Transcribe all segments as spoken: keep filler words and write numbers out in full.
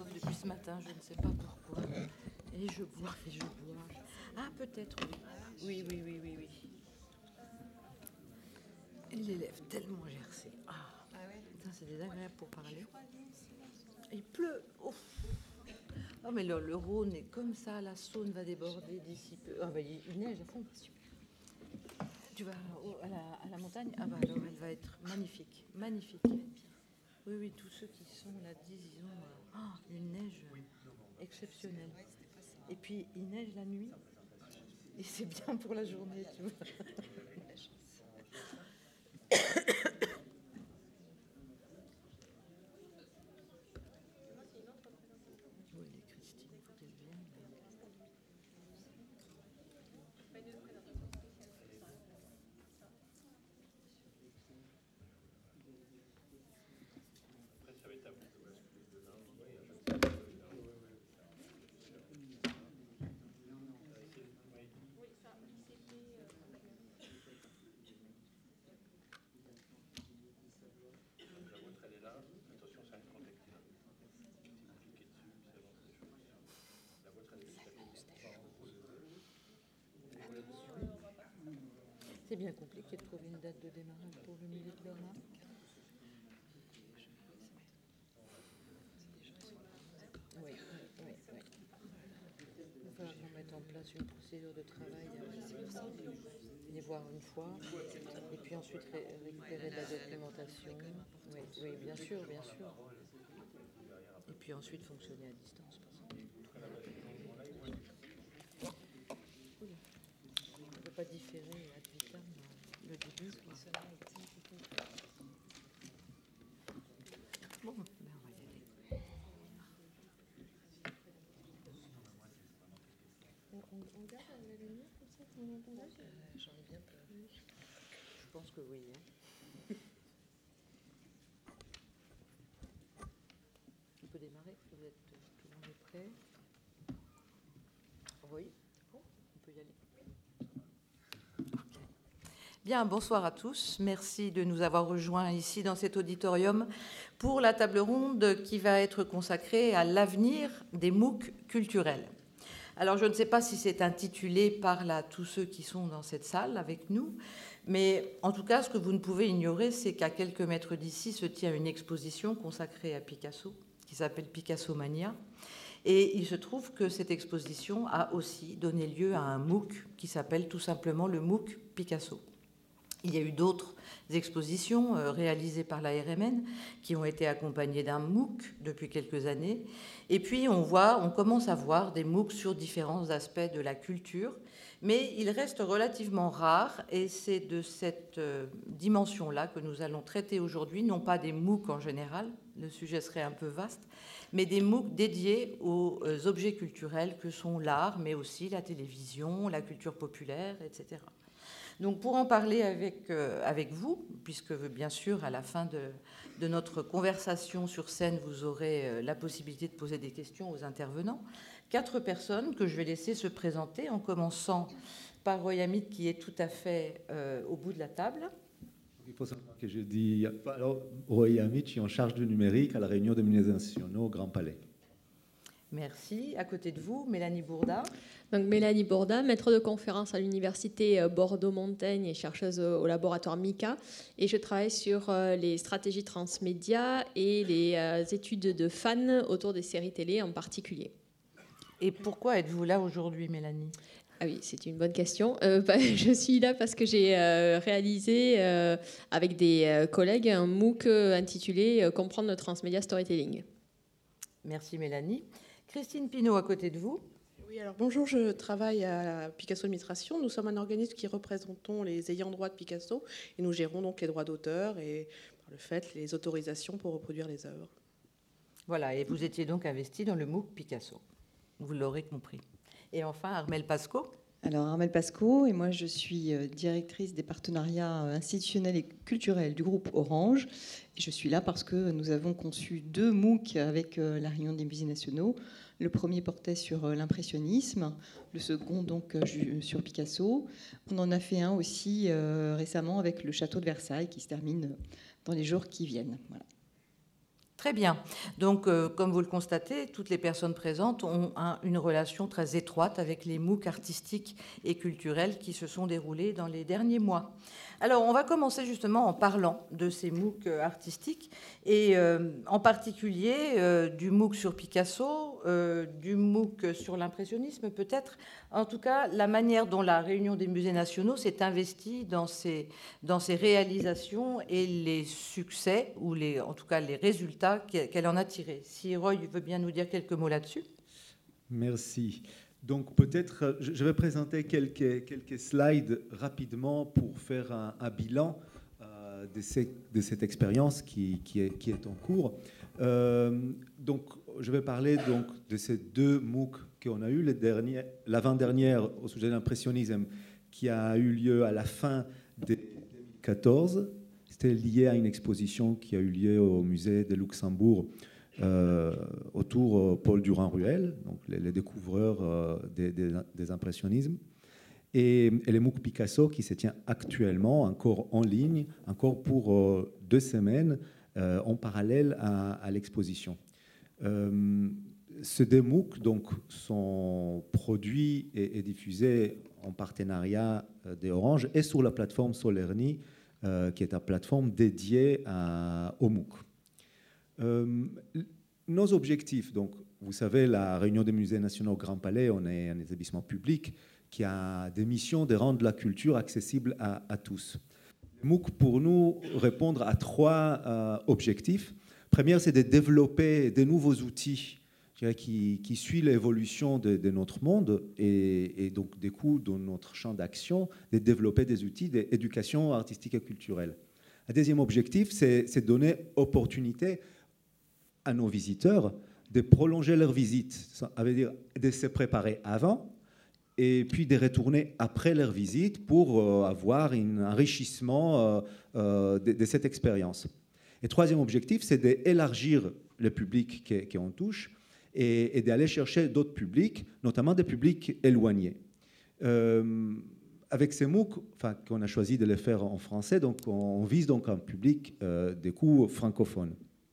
depuis ce matin, je ne sais pas pourquoi. Et je bois, et je bois. Ah, peut-être, oui. Oui, oui, oui, oui, oui. Et les lèvres tellement gercées. Ah, ah ouais. Putain, c'est désagréable pour parler. Il pleut. Oh, oh mais le, le Rhône est comme ça, la Saône va déborder d'ici peu. Ah, bah, il, il neige à fond. Tu vas à la, à la montagne? Ah, bah alors elle va être magnifique, magnifique. Oui, oui, tous ceux qui sont là disent ils ont oh, une neige exceptionnelle. Et puis il neige la nuit. Et c'est bien pour la journée, tu vois. Oui, les Christine, il faut qu'elle vienne. C'est bien compliqué de trouver une date de démarrage pour le milieu de Berlin. Oui, oui, oui, oui. Il va falloir qu'on mette en place une procédure de travail, les voir une fois, et puis ensuite ré récupérer de la documentation. Oui, oui, bien sûr, bien sûr. Et puis ensuite fonctionner à distance. On ne peut pas différer ad vitam le début. Bon, ben on va y aller. On, on garde la lumière comme ça qu'on entendait? J'en ai bien peur. Je pense que oui. Hein. On peut démarrer? Vous êtes, tout le monde est prêt? Oui, bon, on peut y aller. Okay. Bien, bonsoir à tous. Merci de nous avoir rejoints ici dans cet auditorium pour la table ronde qui va être consacrée à l'avenir des MOOC culturels. Alors, je ne sais pas si c'est intitulé par là tous ceux qui sont dans cette salle avec nous, mais en tout cas, ce que vous ne pouvez ignorer, c'est qu'à quelques mètres d'ici se tient une exposition consacrée à Picasso, qui s'appelle Picasso Mania. Et il se trouve que cette exposition a aussi donné lieu à un MOOC qui s'appelle tout simplement le MOOC Picasso. Il y a eu d'autres expositions réalisées par la R M N qui ont été accompagnées d'un MOOC depuis quelques années. Et puis, on voit, on commence à voir des MOOC sur différents aspects de la culture, mais ils restent relativement rares et c'est de cette dimension-là que nous allons traiter aujourd'hui, non pas des MOOC en général, le sujet serait un peu vaste, mais des MOOC dédiés aux objets culturels que sont l'art, mais aussi la télévision, la culture populaire, et cetera. Donc pour en parler avec, euh, avec vous, puisque bien sûr à la fin de, de notre conversation sur scène, vous aurez euh, la possibilité de poser des questions aux intervenants, quatre personnes que je vais laisser se présenter, en commençant par Roy Hamid qui est tout à fait euh, au bout de la table. Il faut savoir que je dis, alors Roy Hamid, je suis en charge du numérique à la réunion des ministres nationaux au Grand Palais. Merci. À côté de vous, Mélanie Bourda. Donc Mélanie Bourda, maître de conférence à l'université Bordeaux-Montaigne et chercheuse au laboratoire MICA. Et je travaille sur les stratégies transmédia et les études de fans autour des séries télé en particulier. Et pourquoi êtes-vous là aujourd'hui, Mélanie ? Ah oui, c'est une bonne question. Euh, bah, je suis là parce que j'ai euh, réalisé euh, avec des euh, collègues un MOOC intitulé euh, « Comprendre le transmédia storytelling ». Merci Mélanie. Christine Pinault, à côté de vous. Oui, alors bonjour, je travaille à la Picasso Administration. Nous sommes un organisme qui représentons les ayants droit de Picasso et nous gérons donc les droits d'auteur et par le fait les autorisations pour reproduire les œuvres. Voilà, et vous étiez donc investi dans le MOOC Picasso, vous l'aurez compris. Et enfin, Armelle Pasco. Alors, Armelle Pasco, et moi je suis directrice des partenariats institutionnels et culturels du groupe Orange. Et je suis là parce que nous avons conçu deux MOOC avec la Réunion des musées nationaux. Le premier portait sur l'impressionnisme, le second donc sur Picasso. On en a fait un aussi euh, récemment avec le château de Versailles qui se termine dans les jours qui viennent. Voilà. Très bien. Donc, euh, comme vous le constatez, toutes les personnes présentes ont un, une relation très étroite avec les MOOC artistiques et culturels qui se sont déroulés dans les derniers mois. Alors, on va commencer justement en parlant de ces MOOC artistiques et euh, en particulier euh, du MOOC sur Picasso, euh, du MOOC sur l'impressionnisme peut-être. En tout cas, la manière dont la Réunion des musées nationaux s'est investie dans ces, dans ces réalisations et les succès, ou les, en tout cas les résultats qu'elle en a tirés. Si Roy veut bien nous dire quelques mots là-dessus. Merci. Donc peut-être, je vais présenter quelques, quelques slides rapidement pour faire un, un bilan euh, de, ces, de cette expérience qui, qui, est, qui est en cours. Euh, donc je vais parler donc de ces deux MOOC qu'on a eu, les derniers, l'avant-dernière au sujet de l'impressionnisme qui a eu lieu à la fin de deux mille quatorze. C'était lié à une exposition qui a eu lieu au musée de Luxembourg euh, autour de Paul Durand-Ruel, donc les, les découvreurs euh, des, des, des impressionnismes, et, et les MOOC Picasso qui se tient actuellement encore en ligne, encore pour euh, deux semaines euh, en parallèle à, à l'exposition. Euh, ces deux MOOC donc, sont produits et, et diffusés en partenariat euh, d'Orange et sur la plateforme Solerni, Euh, qui est une plateforme dédiée à, au MOOC. Euh, nos objectifs, donc, vous savez, la Réunion des musées nationaux Grand Palais, on est un établissement public qui a des missions de rendre la culture accessible à, à tous. Le MOOC, pour nous, répondre à trois euh, objectifs. Premier, c'est de développer de nouveaux outils Qui, qui suit l'évolution de, de notre monde et, et donc, du coup, dans notre champ d'action, de développer des outils d'éducation artistique et culturelle. Un deuxième objectif, c'est de donner opportunité à nos visiteurs de prolonger leur visite, ça veut dire de se préparer avant et puis de retourner après leur visite pour euh, avoir un enrichissement euh, euh, de, de cette expérience. Et troisième objectif, c'est d'élargir le public qu'on touche et, et d'aller chercher d'autres publics, notamment des publics éloignés. Euh, avec ces MOOC, enfin, qu'on a choisi de les faire en français, donc on vise donc un public euh, des coups francophones.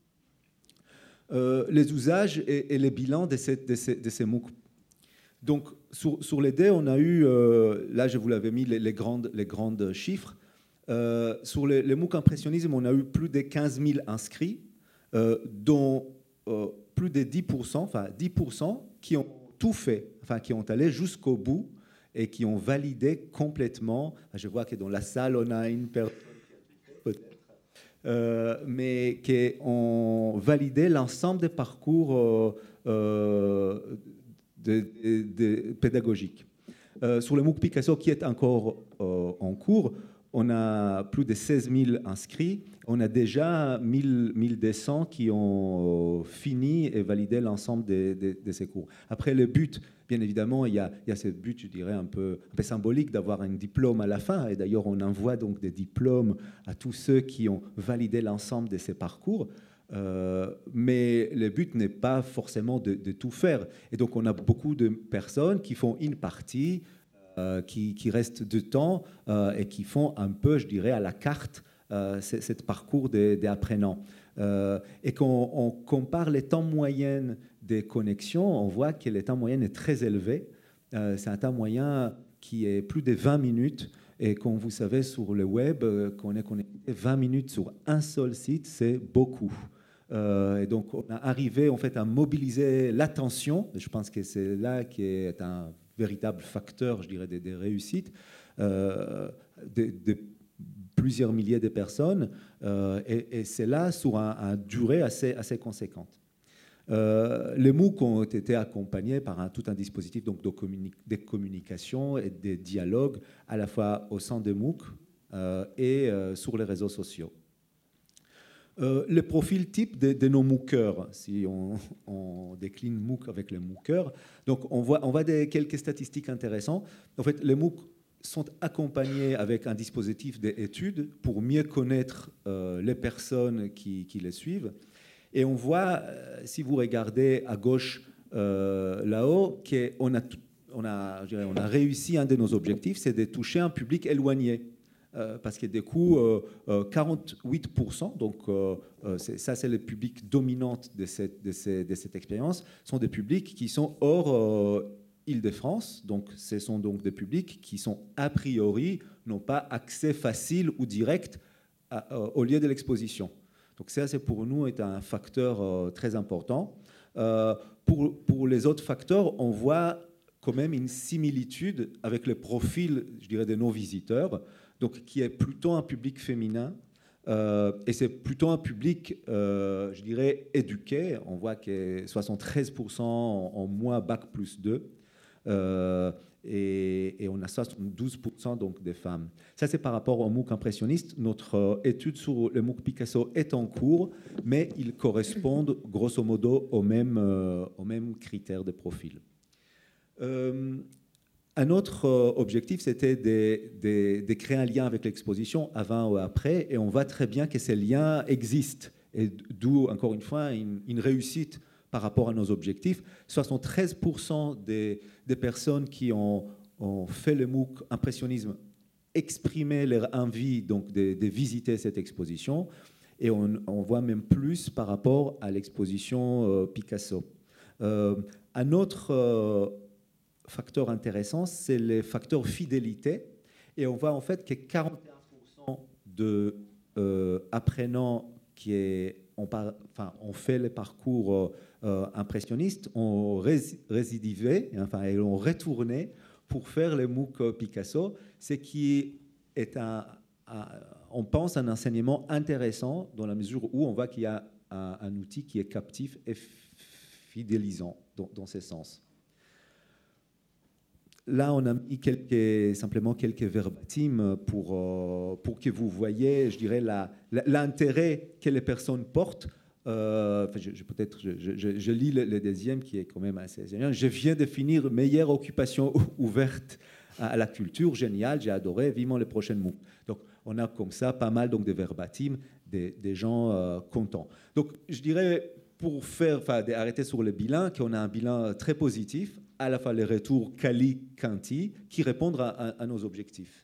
Euh, les usages et, et les bilans de ces, de ces, de ces MOOC. Donc, sur, sur les dés, on a eu, euh, là je vous l'avais mis, les, les, grandes, les grandes chiffres. Euh, sur les, les MOOC impressionnisme, on a eu plus de quinze mille inscrits, euh, dont euh, plus de dix pour cent, enfin dix pour cent qui ont tout fait, enfin qui ont allé jusqu'au bout et qui ont validé complètement. Je vois que dans la salle, on a une personne peut-être, euh, mais qui ont validé l'ensemble des parcours euh, euh, de, de, de pédagogiques. Euh, sur le MOOC Picasso, qui est encore euh, en cours, on a plus de seize mille inscrits. On a déjà mille, mille deux cents qui ont fini et validé l'ensemble de, de, de ces cours. Après, le but, bien évidemment, il y a, il y a ce but, je dirais, un peu, un peu symbolique d'avoir un diplôme à la fin. Et d'ailleurs, on envoie donc des diplômes à tous ceux qui ont validé l'ensemble de ces parcours. Euh, mais le but n'est pas forcément de, de tout faire. Et donc, on a beaucoup de personnes qui font une partie, euh, qui, qui restent du temps euh, et qui font un peu, je dirais, à la carte euh, ce parcours des, des apprenants. Euh, et quand on compare les temps moyens des connexions, on voit que le temps moyen est très élevé. Euh, c'est un temps moyen qui est plus de vingt minutes. Et comme vous savez, sur le web, qu'on est connecté vingt minutes sur un seul site, c'est beaucoup. Euh, et donc, on a arrivé en fait à mobiliser l'attention. Je pense que c'est là qui est un véritable facteur, je dirais, des, des réussites euh, de, de plusieurs milliers de personnes. Euh, et et c'est là sur un, un durée assez, assez conséquente. Euh, les MOOC ont été accompagnés par un, tout un dispositif donc, de, communi de communication et de dialogue à la fois au sein des MOOC euh, et euh, sur les réseaux sociaux. Euh, le profil type de, de nos MOOCeurs, si on, on décline MOOC avec les MOOCeurs, donc on voit, on voit des, quelques statistiques intéressantes. En fait, les MOOC sont accompagnés avec un dispositif d'études pour mieux connaître euh, les personnes qui, qui les suivent. Et on voit, euh, si vous regardez à gauche euh, là-haut, qu'on a, on a, je dirais, on a réussi un de nos objectifs, c'est de toucher un public éloigné. euh, parce que du coup, euh, euh, quarante-huit pour cent, donc euh, euh, c'est, ça c'est le public dominant de cette, de, ces, de cette expérience, sont des publics qui sont hors euh, Île-de-France, donc ce sont donc des publics qui sont a priori, n'ont pas accès facile ou direct à, euh, au lieu de l'exposition. Donc ça, c'est pour nous est un facteur euh, très important. Euh, pour, pour les autres facteurs, on voit quand même une similitude avec le profil, je dirais, de nos visiteurs, donc qui est plutôt un public féminin, euh, et c'est plutôt un public, euh, je dirais, éduqué. On voit que soixante-treize pour cent en, en moins bac plus deux, euh, et, et on a soixante-douze pour cent donc des femmes. Ça, c'est par rapport au MOOC impressionniste. Notre euh, étude sur le MOOC Picasso est en cours, mais ils correspondent grosso modo aux mêmes, euh, aux mêmes critères de profil. Euh, un autre euh, objectif, c'était de, de, de créer un lien avec l'exposition avant ou après, et on voit très bien que ces liens existent, et d'où, encore une fois, une, une réussite par rapport à nos objectifs. soixante-treize pour cent des, des personnes qui ont, ont fait le MOOC impressionnisme exprimaient leur envie donc, de, de visiter cette exposition, et on, on voit même plus par rapport à l'exposition euh, Picasso. Euh, un autre euh, facteur intéressant, c'est le facteur fidélité, et on voit en fait que quarante et un pour cent de euh, apprenants qui est, ont, enfin, ont fait le parcours euh, impressionniste, ont rés, résidivé, enfin, et ont retourné pour faire le MOOC Picasso, ce qui est un, un, on pense, un enseignement intéressant dans la mesure où on voit qu'il y a un, un outil qui est captif et fidélisant dans, dans ce sens. Là, on a mis quelques, simplement quelques verbatims pour, euh, pour que vous voyez, je dirais, la, la, l'intérêt que les personnes portent. Euh, enfin, je, je, peut-être, je, je, je lis le, le deuxième qui est quand même assez génial. Je viens de finir meilleure occupation ouverte à la culture, génial, j'ai adoré, vivement les prochaines MOOC. Donc, on a comme ça pas mal donc, de verbatims, des, des gens euh, contents. Donc, je dirais, pour faire, enfin, arrêter sur le bilan, qu'on a un bilan très positif, à la fois les retours quali-quanti, qui répondent à, à, à nos objectifs.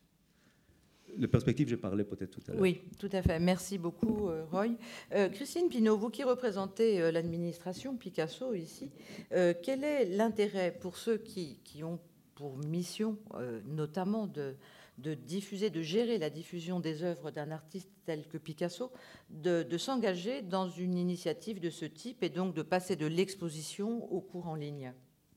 Les perspectives, j'ai parlé peut-être tout à l'heure. Oui, tout à fait. Merci beaucoup, Roy. Euh, Christine Pinault, vous qui représentez euh, l'administration Picasso ici, euh, quel est l'intérêt pour ceux qui, qui ont pour mission, euh, notamment, de, de diffuser, de gérer la diffusion des œuvres d'un artiste tel que Picasso, de, de s'engager dans une initiative de ce type et donc de passer de l'exposition au cours en ligne ?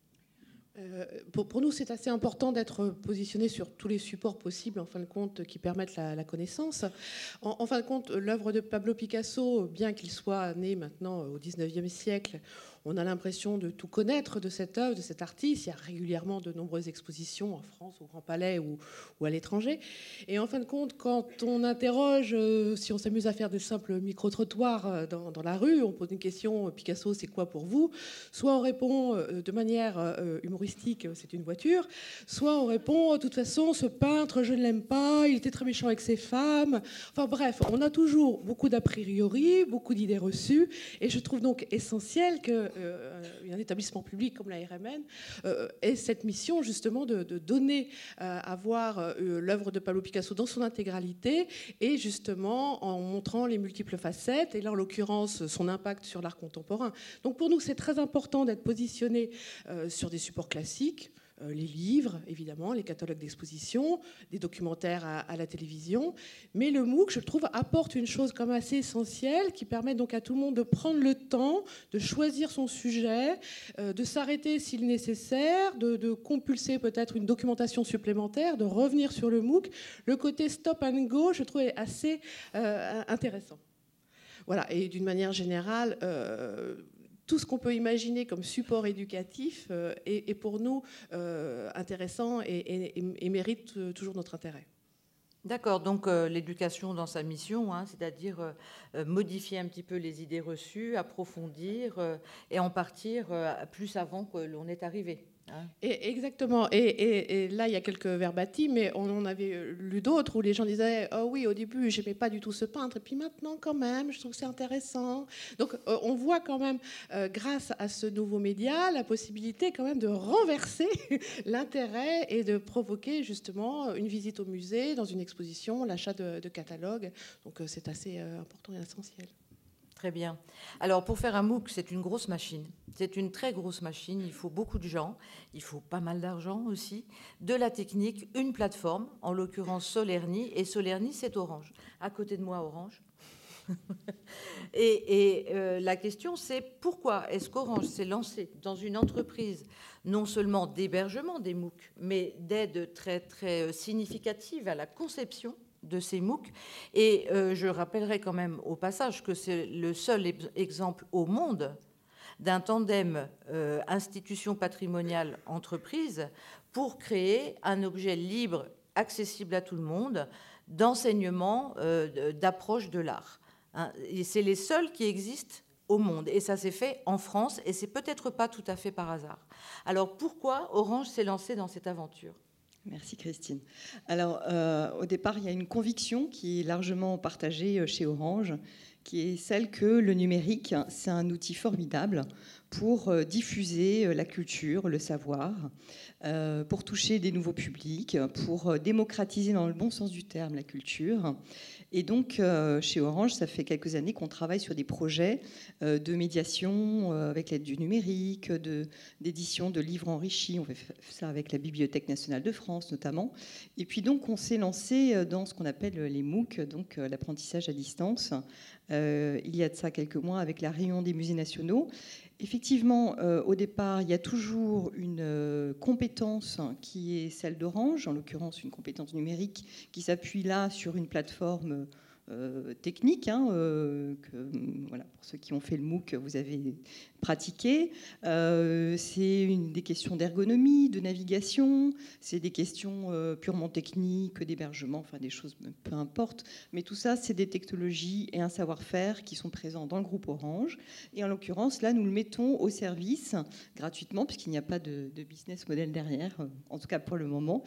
Euh, pour, pour nous, c'est assez important d'être positionné sur tous les supports possibles, en fin de compte, qui permettent la, la connaissance. En, en fin de compte, l'œuvre de Pablo Picasso, bien qu'il soit né maintenant au dix-neuvième siècle, on a l'impression de tout connaître de cette œuvre, de cet artiste. Il y a régulièrement de nombreuses expositions en France, au Grand Palais ou, ou à l'étranger. Et en fin de compte, quand on interroge, euh, si on s'amuse à faire de simples micro-trottoirs dans, dans la rue, on pose une question, Picasso, c'est quoi pour vous ? Soit on répond euh, de manière euh, humoristique, c'est une voiture. Soit on répond, de toute façon, ce peintre, je ne l'aime pas, il était très méchant avec ses femmes. Enfin bref, on a toujours beaucoup d'a priori, beaucoup d'idées reçues. Et je trouve donc essentiel que Euh, un établissement public comme la R M N euh, ait cette mission justement de, de donner euh, à voir euh, l'œuvre de Pablo Picasso dans son intégralité et justement en montrant les multiples facettes et là en l'occurrence son impact sur l'art contemporain. Donc pour nous c'est très important d'être positionné euh, sur des supports classiques, euh, les livres évidemment, les catalogues d'exposition, des documentaires à, à la télévision, mais le MOOC je trouve apporte une chose comme assez essentielle qui permet donc à tout le monde de prendre le temps de choisir son sujet, euh, de s'arrêter s'il est nécessaire, de, de compulser peut-être une documentation supplémentaire, de revenir sur le MOOC. Le côté stop and go je trouve est assez euh, intéressant. Voilà, et d'une manière générale, euh, tout ce qu'on peut imaginer comme support éducatif euh, est, est pour nous euh, intéressant et, et, et mérite toujours notre intérêt. D'accord, donc euh, l'éducation dans sa mission, hein, c'est-à-dire euh, modifier un petit peu les idées reçues, approfondir euh, et en partir euh, plus avant que l'on est arrivé. Hein. Et exactement. Et, et, et là, il y a quelques verbatim, mais on en avait lu d'autres où les gens disaient « Oh oui, au début, je n'aimais pas du tout ce peintre, et puis maintenant, quand même, je trouve que c'est intéressant. » Donc, euh, on voit quand même, euh, grâce à ce nouveau média, la possibilité quand même de renverser l'intérêt et de provoquer justement une visite au musée, dans une exposition, l'achat de, de catalogues. Donc, euh, c'est assez euh, important et essentiel. Très bien. Alors, pour faire un MOOC, c'est une grosse machine. C'est une très grosse machine. Il faut beaucoup de gens. Il faut pas mal d'argent aussi. De la technique, une plateforme, en l'occurrence Solerny. Et Solerny, c'est Orange. À côté de moi, Orange. et et euh, la question, c'est pourquoi est-ce qu'Orange s'est lancé dans une entreprise non seulement d'hébergement des MOOC, mais d'aide très, très significative à la conception de ces MOOC. Et euh, je rappellerai quand même au passage que c'est le seul exemple au monde d'un tandem euh, institution patrimoniale entreprise pour créer un objet libre, accessible à tout le monde, d'enseignement, euh, d'approche de l'art. Hein. Et c'est les seuls qui existent au monde. Et ça s'est fait en France, et c'est peut-être pas tout à fait par hasard. Alors pourquoi Orange s'est lancé dans cette aventure ? Merci Christine. Alors, euh, au départ, il y a une conviction qui est largement partagée chez Orange, qui est celle que le numérique, c'est un outil formidable pour diffuser la culture, le savoir, euh, pour toucher des nouveaux publics, pour démocratiser dans le bon sens du terme la culture. Et donc, euh, chez Orange, ça fait quelques années qu'on travaille sur des projets euh, de médiation euh, avec l'aide du numérique, de, d'édition de livres enrichis. On fait ça avec la Bibliothèque nationale de France, notamment. Et puis, donc, on s'est lancé dans ce qu'on appelle les MOOC, donc euh, l'apprentissage à distance, euh, il y a de ça quelques mois avec la Réunion des musées nationaux. Effectivement, euh, au départ, il y a toujours une euh, compétence qui est celle d'Orange, en l'occurrence une compétence numérique qui s'appuie là sur une plateforme euh, technique, hein, euh, que, voilà, pour ceux qui ont fait le MOOC, vous avez pratiqué. Euh, c'est une, des questions d'ergonomie, de navigation, c'est des questions euh, purement techniques, d'hébergement, enfin des choses, peu importe. Mais tout ça, c'est des technologies et un savoir-faire qui sont présents dans le groupe Orange. Et en l'occurrence, là, nous le mettons au service gratuitement, puisqu'il n'y a pas de, de business model derrière, en tout cas pour le moment.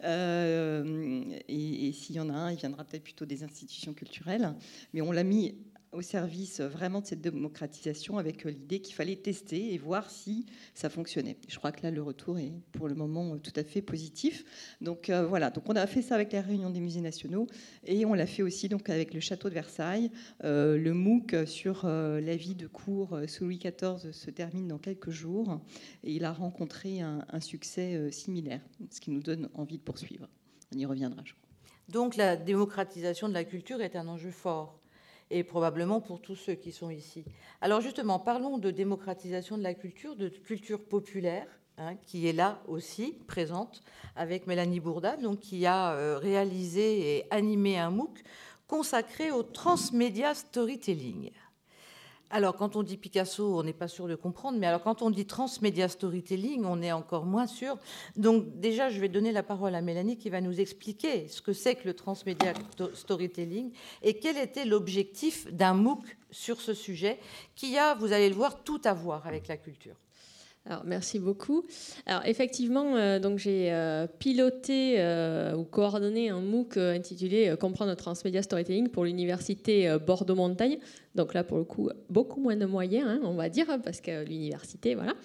Euh, et, et s'il y en a un, il viendra peut-être plutôt des institutions culturelles. Mais on l'a mis au service vraiment de cette démocratisation avec l'idée qu'il fallait tester et voir si ça fonctionnait. Je crois que là, le retour est pour le moment tout à fait positif. Donc euh, voilà, donc on a fait ça avec la Réunion des musées nationaux et on l'a fait aussi donc avec le château de Versailles. Euh, le MOOC sur euh, la vie de cour sous Louis quatorze se termine dans quelques jours et il a rencontré un, un succès euh, similaire, ce qui nous donne envie de poursuivre. On y reviendra, je crois. Donc la démocratisation de la culture est un enjeu fort, et probablement pour tous ceux qui sont ici. Alors justement, parlons de démocratisation de la culture, de culture populaire, hein, qui est là aussi, présente, avec Mélanie Bourda, donc, qui a euh, réalisé et animé un MOOC consacré au transmédia storytelling. Alors, quand on dit Picasso, on n'est pas sûr de comprendre, mais alors quand on dit transmédia storytelling, on est encore moins sûr. Donc, déjà, je vais donner la parole à Mélanie qui va nous expliquer ce que c'est que le transmédia storytelling et quel était l'objectif d'un MOOC sur ce sujet qui a, vous allez le voir, tout à voir avec la culture. Alors, merci beaucoup. Alors, effectivement, euh, donc, j'ai euh, piloté euh, ou coordonné un MOOC euh, intitulé euh, « Comprendre le transmédia storytelling » pour l'université euh, Bordeaux-Montaigne. Donc là, pour le coup, beaucoup moins de moyens, hein, on va dire, parce que l'université, voilà.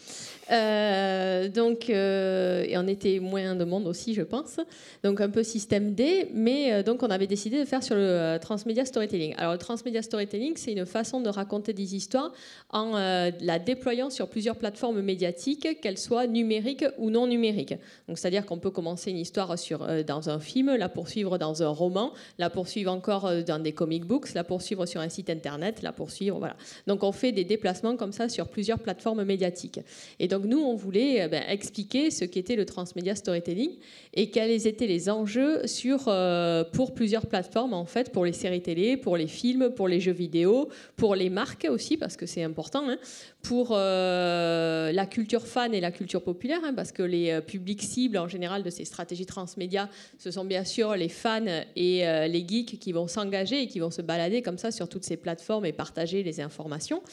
Euh, donc, euh, et on était moins de monde aussi, je pense. Donc, un peu système D, mais euh, donc on avait décidé de faire sur le euh, transmédia storytelling. Alors, le transmédia storytelling, c'est une façon de raconter des histoires en euh, la déployant sur plusieurs plateformes médiatiques, qu'elles soient numériques ou non numériques. Donc, c'est-à-dire qu'on peut commencer une histoire sur, euh, dans un film, la poursuivre dans un roman, la poursuivre encore euh, dans des comic books, la poursuivre sur un site internet, la poursuivre, voilà. Donc on fait des déplacements comme ça sur plusieurs plateformes médiatiques. Et donc nous, on voulait ben, expliquer ce qu'était le transmédia storytelling et quels étaient les enjeux sur, euh, pour plusieurs plateformes, en fait, pour les séries télé, pour les films, pour les jeux vidéo, pour les marques aussi, parce que c'est important, hein, pour euh, la culture fan et la culture populaire, hein, parce que les euh, publics cibles, en général, de ces stratégies transmédia, ce sont bien sûr les fans et euh, les geeks qui vont s'engager et qui vont se balader comme ça sur toutes ces plateformes et partager les informations.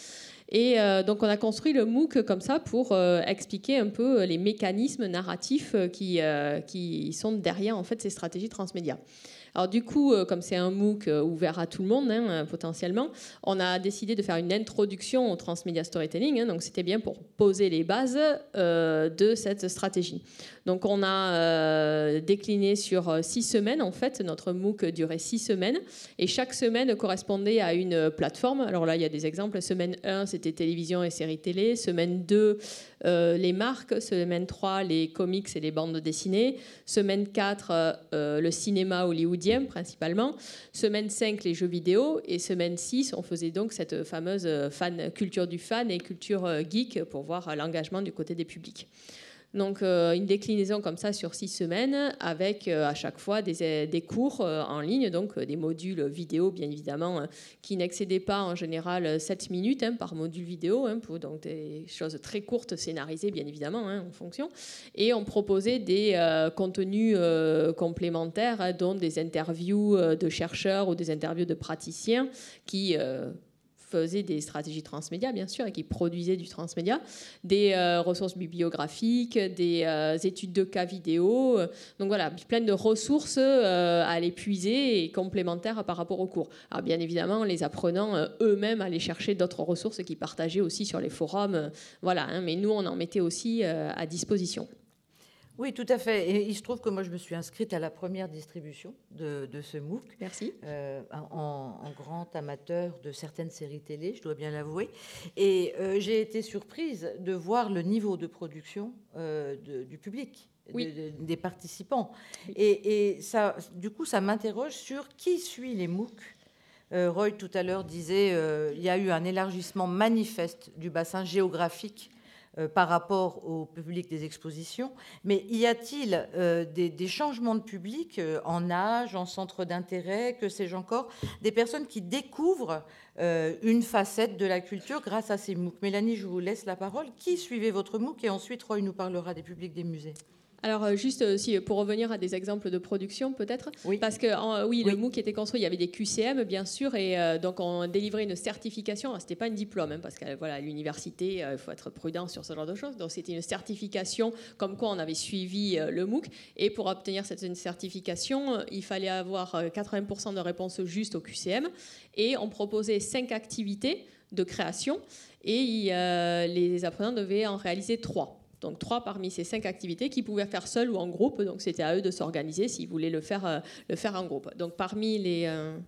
Et euh, donc on a construit le MOOC comme ça pour euh, expliquer un peu les mécanismes narratifs qui, euh, qui sont derrière en fait ces stratégies transmédia. Alors du coup, comme c'est un MOOC ouvert à tout le monde, hein, potentiellement, on a décidé de faire une introduction au transmedia storytelling. Hein, donc c'était bien pour poser les bases euh, de cette stratégie. Donc on a euh, décliné sur six semaines, en fait, notre MOOC durait six semaines, et chaque semaine correspondait à une plateforme. Alors là, il y a des exemples. Semaine un, c'était télévision et séries télé. Semaine deux, euh, les marques. Semaine trois, les comics et les bandes dessinées. Semaine quatre, euh, le cinéma hollywoodien principalement. Semaine cinq, les jeux vidéo. Et semaine six, on faisait donc cette fameuse fan, culture du fan et culture geek pour voir l'engagement du côté des publics. Donc euh, une déclinaison comme ça sur six semaines avec euh, à chaque fois des, des cours euh, en ligne, donc euh, des modules vidéo bien évidemment euh, qui n'excédaient pas en général sept minutes hein, par module vidéo, hein, pour, donc des choses très courtes scénarisées bien évidemment hein, en fonction. Et on proposait des euh, contenus euh, complémentaires hein, dont des interviews euh, de chercheurs ou des interviews de praticiens qui... Euh, faisaient des stratégies transmédia, bien sûr, et qui produisaient du transmédia, des euh, ressources bibliographiques, des euh, études de cas vidéo. Donc voilà, plein de ressources euh, à aller puiser et complémentaires par rapport au cours. Alors bien évidemment, les apprenants euh, eux-mêmes allaient chercher d'autres ressources qu'ils partageaient aussi sur les forums. Euh, voilà, hein, mais nous, on en mettait aussi euh, à disposition. Oui, tout à fait. Et il se trouve que moi, je me suis inscrite à la première distribution de, de ce MOOC. Merci. Euh, en, en grand amateur de certaines séries télé, je dois bien l'avouer. Et euh, j'ai été surprise de voir le niveau de production euh, de, du public, oui. de, de, des participants. Oui. Et, et ça, du coup, ça m'interroge sur qui suit les MOOC. Euh, Roy, tout à l'heure, disait euh, il y a eu un élargissement manifeste du bassin géographique Euh, par rapport au public des expositions, mais y a-t-il euh, des, des changements de public euh, en âge, en centre d'intérêt, que sais-je encore, des personnes qui découvrent euh, une facette de la culture grâce à ces MOOC? Mélanie, je vous laisse la parole. Qui suivait votre MOOC? Et ensuite, Roy nous parlera des publics des musées. Alors, juste aussi pour revenir à des exemples de production, peut-être, oui. parce que en, oui, oui, le MOOC était construit, il y avait des Q C M, bien sûr, et euh, donc on délivrait une certification. Alors, c'était pas un diplôme, hein, parce que voilà, à l'université, il euh, faut être prudent sur ce genre de choses. Donc, c'était une certification comme quoi on avait suivi euh, le MOOC. Et pour obtenir cette certification, euh, il fallait avoir euh, quatre-vingts pour cent de réponses justes au Q C M, et on proposait cinq activités de création, et euh, les apprenants devaient en réaliser trois. Donc trois parmi ces cinq activités qu'ils pouvaient faire seuls ou en groupe. Donc c'était à eux de s'organiser s'ils voulaient le faire, euh, le faire en groupe. Donc parmi les... Euh...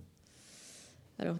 Alors,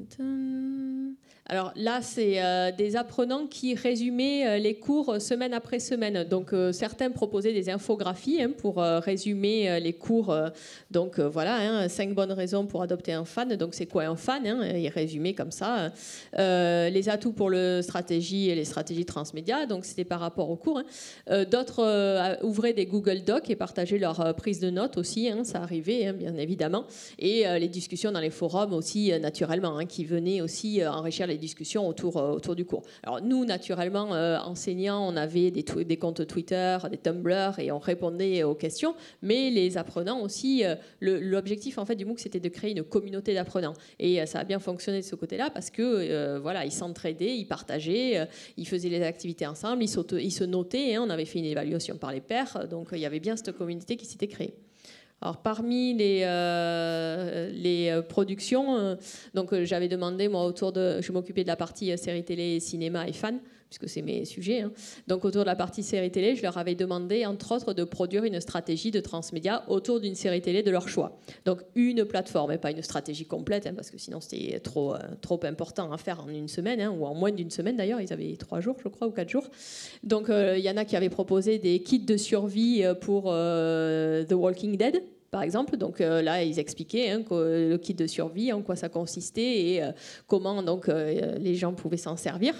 Alors là, c'est euh, des apprenants qui résumaient euh, les cours semaine après semaine. Donc euh, certains proposaient des infographies hein, pour euh, résumer euh, les cours. Euh, donc euh, voilà, hein, cinq bonnes raisons pour adopter un fan. Donc c'est quoi un fan hein, ils résumaient comme ça. Euh, les atouts pour le stratégie et les stratégies transmédia. Donc c'était par rapport au cours. Hein. Euh, d'autres euh, ouvraient des Google Docs et partageaient leur euh, prise de notes aussi. Hein, ça arrivait, hein, bien évidemment. Et euh, les discussions dans les forums aussi, euh, naturellement, hein, qui venaient aussi euh, enrichir les discussions autour, euh, autour du cours. Alors nous, naturellement, euh, enseignants, on avait des, des comptes Twitter, des Tumblr, et on répondait aux questions, mais les apprenants aussi, euh, le, l'objectif en fait du MOOC, c'était de créer une communauté d'apprenants. Et euh, ça a bien fonctionné de ce côté-là, parce que euh, voilà, ils s'entraidaient, ils partageaient, euh, ils faisaient les activités ensemble, ils, ils se notaient, hein, on avait fait une évaluation par les pairs, donc euh, il y avait bien cette communauté qui s'était créée. Alors, parmi les, euh, les productions, euh, donc euh, j'avais demandé, moi, autour de... Je m'occupais de la partie euh, série télé, cinéma et fans, puisque c'est mes sujets. Hein. Donc, autour de la partie série télé, je leur avais demandé, entre autres, de produire une stratégie de transmédia autour d'une série télé de leur choix. Donc, une plateforme, et pas une stratégie complète, hein, parce que sinon, c'était trop, euh, trop important à faire en une semaine, hein, ou en moins d'une semaine, d'ailleurs. Ils avaient trois jours, je crois, ou quatre jours. Donc, il euh, y en a qui avaient proposé des kits de survie pour euh, The Walking Dead, par exemple. Donc euh, là, ils expliquaient hein, que le kit de survie, en quoi ça consistait et euh, comment donc, euh, les gens pouvaient s'en servir.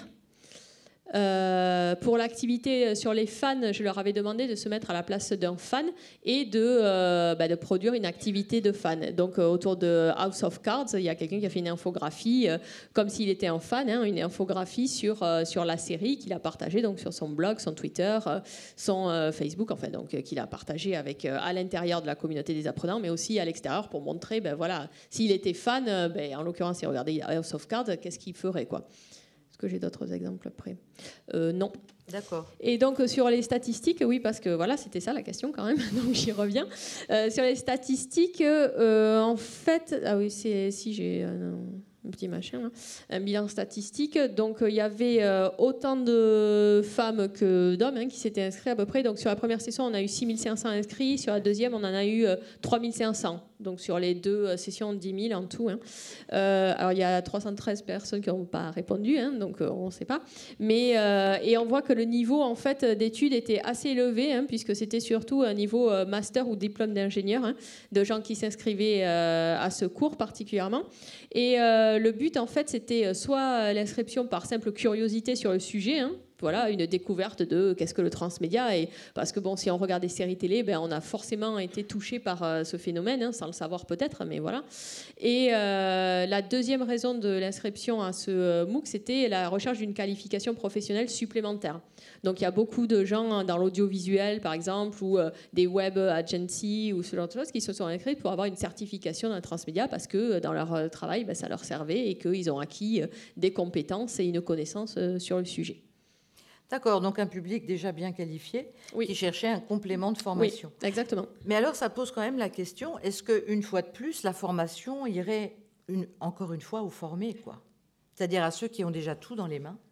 Euh, pour l'activité sur les fans, je leur avais demandé de se mettre à la place d'un fan et de, euh, bah, de produire une activité de fan. Donc euh, autour de House of Cards, il y a quelqu'un qui a fait une infographie euh, comme s'il était un fan, hein, une infographie sur, euh, sur la série qu'il a partagée donc, sur son blog, son Twitter, euh, son euh, Facebook, enfin, donc, euh, qu'il a partagé avec, euh, à l'intérieur de la communauté des apprenants, mais aussi à l'extérieur pour montrer, ben, voilà, s'il était fan, euh, ben, en l'occurrence, il regardait House of Cards, qu'est-ce qu'il ferait quoi. que j'ai d'autres exemples après. Euh, non. D'accord. Et donc sur les statistiques, oui, parce que voilà, c'était ça la question quand même, donc j'y reviens. Euh, sur les statistiques, euh, en fait, ah oui, c'est si j'ai un, un petit machin, là, un bilan statistique. Donc il y avait euh, autant de femmes que d'hommes hein, qui s'étaient inscrits à peu près. Donc sur la première session, on a eu six mille cinq cents inscrits. Sur la deuxième, on en a eu euh, trois mille cinq cents. Donc sur les deux euh, sessions, dix mille en tout. Hein. Euh, alors il y a trois cent treize personnes qui n'ont pas répondu, hein, donc euh, on ne sait pas. Mais euh, et on voit que le niveau en fait d'études était assez élevé, hein, puisque c'était surtout un niveau euh, master ou diplôme d'ingénieur, hein, de gens qui s'inscrivaient euh, à ce cours particulièrement. Et euh, le but en fait, c'était soit l'inscription par simple curiosité sur le sujet. Hein, Voilà, une découverte de qu'est-ce que le transmédia. Et parce que bon, si on regarde des séries télé, ben, on a forcément été touché par euh, ce phénomène, hein, sans le savoir peut-être, mais voilà. Et euh, la deuxième raison de l'inscription à ce euh, MOOC, c'était la recherche d'une qualification professionnelle supplémentaire. Donc il y a beaucoup de gens dans l'audiovisuel, par exemple, ou euh, des web agencies, ou ce genre de choses, qui se sont inscrits pour avoir une certification dans le transmédia, parce que dans leur euh, travail, ben, ça leur servait et qu'ils ont acquis euh, des compétences et une connaissance euh, sur le sujet. D'accord, donc un public déjà bien qualifié Oui. qui cherchait un complément de formation. Oui, exactement. Mais alors, ça pose quand même la question, est-ce qu'une fois de plus, la formation irait une, encore une fois aux formés, quoi ? C'est-à-dire à ceux qui ont déjà tout dans les mains,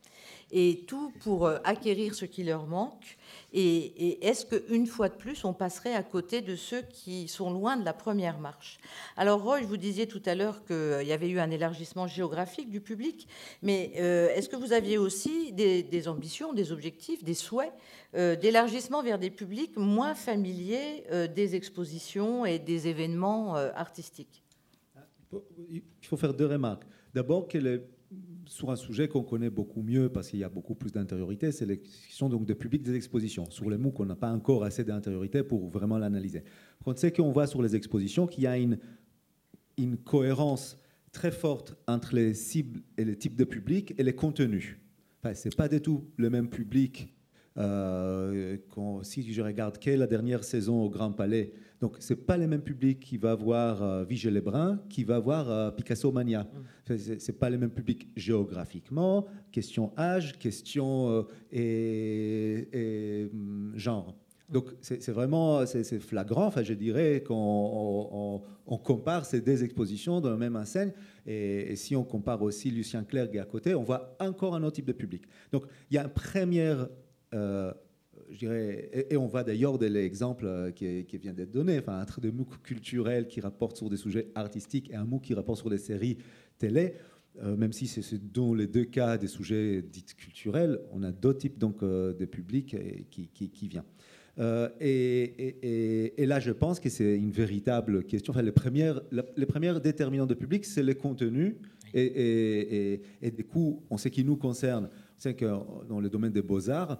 et tout pour euh, acquérir ce qui leur manque. Et, et est-ce qu'une fois de plus, on passerait à côté de ceux qui sont loin de la première marche ? Alors, Roy, vous disiez tout à l'heure qu'il euh, y avait eu un élargissement géographique du public, mais euh, est-ce que vous aviez aussi des, des ambitions, des objectifs, des souhaits euh, d'élargissement vers des publics moins familiers euh, des expositions et des événements euh, artistiques ? Il faut faire deux remarques. D'abord, qu'elle est sur un sujet qu'on connaît beaucoup mieux parce qu'il y a beaucoup plus d'intériorité, c'est les questions donc de public des expositions. Sur les MOOC, on n'a pas encore assez d'intériorité pour vraiment l'analyser. On sait qu'on voit sur les expositions qu'il y a une, une cohérence très forte entre les cibles et les types de public et les contenus. Enfin, ce n'est pas du tout le même public. Euh, quand, si je regarde quelle est la dernière saison au Grand Palais, donc ce n'est pas le même public qui va voir euh, Vigée Lebrun qui va voir euh, Picasso Mania. Mm. Ce n'est pas le même public géographiquement, question âge, question euh, et, et genre. Donc c'est vraiment c'est flagrant, enfin, je dirais qu'on on, on compare ces deux expositions dans la même enseigne, et, et si on compare aussi Lucien Clerc à côté, on voit encore un autre type de public. Donc il y a une première... Euh, je dirais, et, et on voit d'ailleurs de l'exemple qui, qui vient d'être donné, enfin, entre des MOOC culturels qui rapportent sur des sujets artistiques et un MOOC qui rapporte sur des séries télé, euh, même si c'est dans les deux cas des sujets dits culturels, on a d'autres types donc, euh, de publics qui, qui, qui viennent. Euh, et, et, et, et là, je pense que c'est une véritable question. Enfin, les premières, la, les premières déterminantes de public, c'est le contenu. Et, et, et, et du coup, on sait qui nous concerne. On sait que dans le domaine des beaux-arts,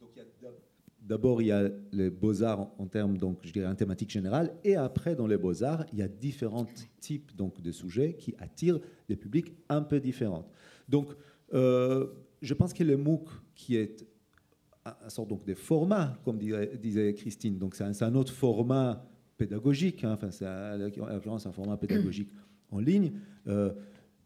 d'abord, il y a les beaux-arts en, en termes, donc, je dirais, en thématique générale, et après, dans les beaux-arts, il y a différents types donc, de sujets qui attirent des publics un peu différents. Donc, euh, je pense que le MOOC, qui est un sort donc de format, comme disait, disait Christine, donc c'est un, un autre format pédagogique, hein, enfin, c'est à l'occurrence un format pédagogique en ligne. Euh,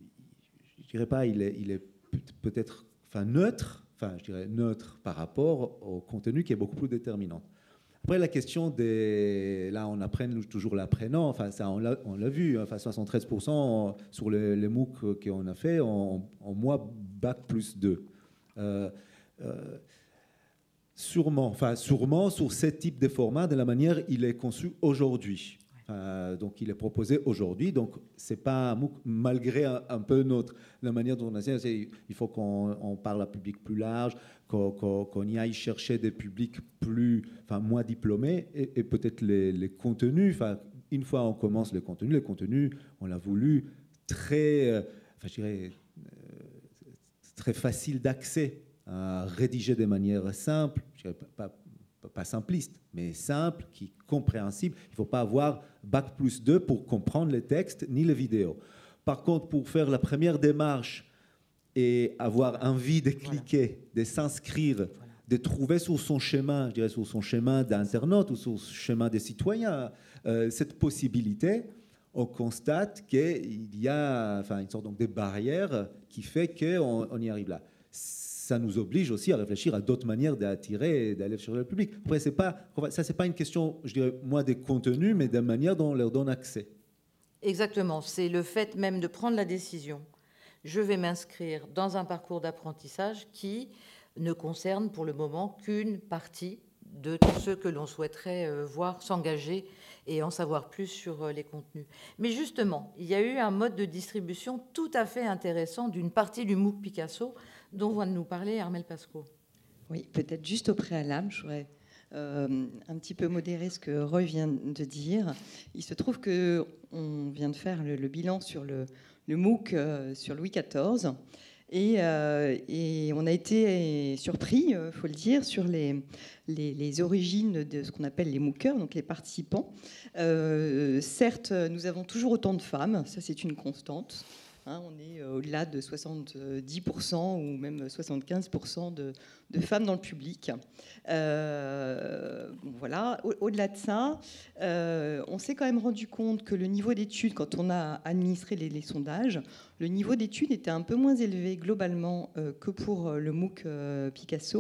je ne dirais pas, il est, il est peut-être, enfin, neutre. Enfin, je dirais neutre par rapport au contenu qui est beaucoup plus déterminant. Après, la question des... Là, on apprend toujours l'apprenant. Enfin, ça, on l'a vu. Enfin, soixante-treize pour cent sur les, les MOOC qu'on a fait en, en mois bac plus deux. Euh, euh, sûrement, enfin, sûrement sur ce type de format, de la manière il est conçu aujourd'hui. Euh, donc, il est proposé aujourd'hui. Donc, c'est pas un MOOC, malgré un, un peu notre la manière dont on a dit, il faut qu'on parle à un public plus large, qu'on qu'on, qu'on y aille chercher des publics plus, enfin, moins diplômés, et, et peut-être les, les contenus. Enfin, une fois on commence les contenus, les contenus, on l'a voulu très, euh, enfin, je dirais, euh, très facile d'accès, à rédiger de manière simple. Je dirais pas, pas pas simpliste, mais simple, qui est compréhensible. Il ne faut pas avoir bac plus deux pour comprendre les textes ni les vidéos. Par contre, pour faire la première démarche et avoir envie de cliquer, voilà. de s'inscrire, voilà. de trouver sur son chemin, je dirais sur son chemin d'internaute ou sur son chemin des citoyens, euh, cette possibilité, on constate qu'il y a enfin, une sorte donc, de barrière qui fait qu'on on y arrive là. Ça nous oblige aussi à réfléchir à d'autres manières d'attirer et d'aller chercher le public. Après, c'est pas, ça, c'est pas une question, je dirais, moi, des contenus, mais de la manière dont on leur donne accès. Exactement. C'est le fait même de prendre la décision. Je vais m'inscrire dans un parcours d'apprentissage qui ne concerne pour le moment qu'une partie de tous ceux que l'on souhaiterait voir s'engager et en savoir plus sur les contenus. Mais justement, il y a eu un mode de distribution tout à fait intéressant d'une partie du MOOC Picasso dont vient de nous parler Armelle Pasco. Oui, peut-être juste au préalable, je voudrais euh, un petit peu modérer ce que Roy vient de dire. Il se trouve qu'on vient de faire le, le bilan sur le, le MOOC euh, sur Louis quatorze. Et, euh, et on a été surpris, il faut le dire, sur les, les, les origines de ce qu'on appelle les MOOCers, donc les participants. Euh, certes, nous avons toujours autant de femmes, ça c'est une constante. Hein, on est au-delà de soixante-dix pour cent ou même soixante-quinze pour cent de, de femmes dans le public. Euh, bon, voilà. Au, au-delà de ça, euh, on s'est quand même rendu compte que le niveau d'études, quand on a administré les, les sondages, le niveau d'études était un peu moins élevé globalement euh, que pour le MOOC euh, Picasso.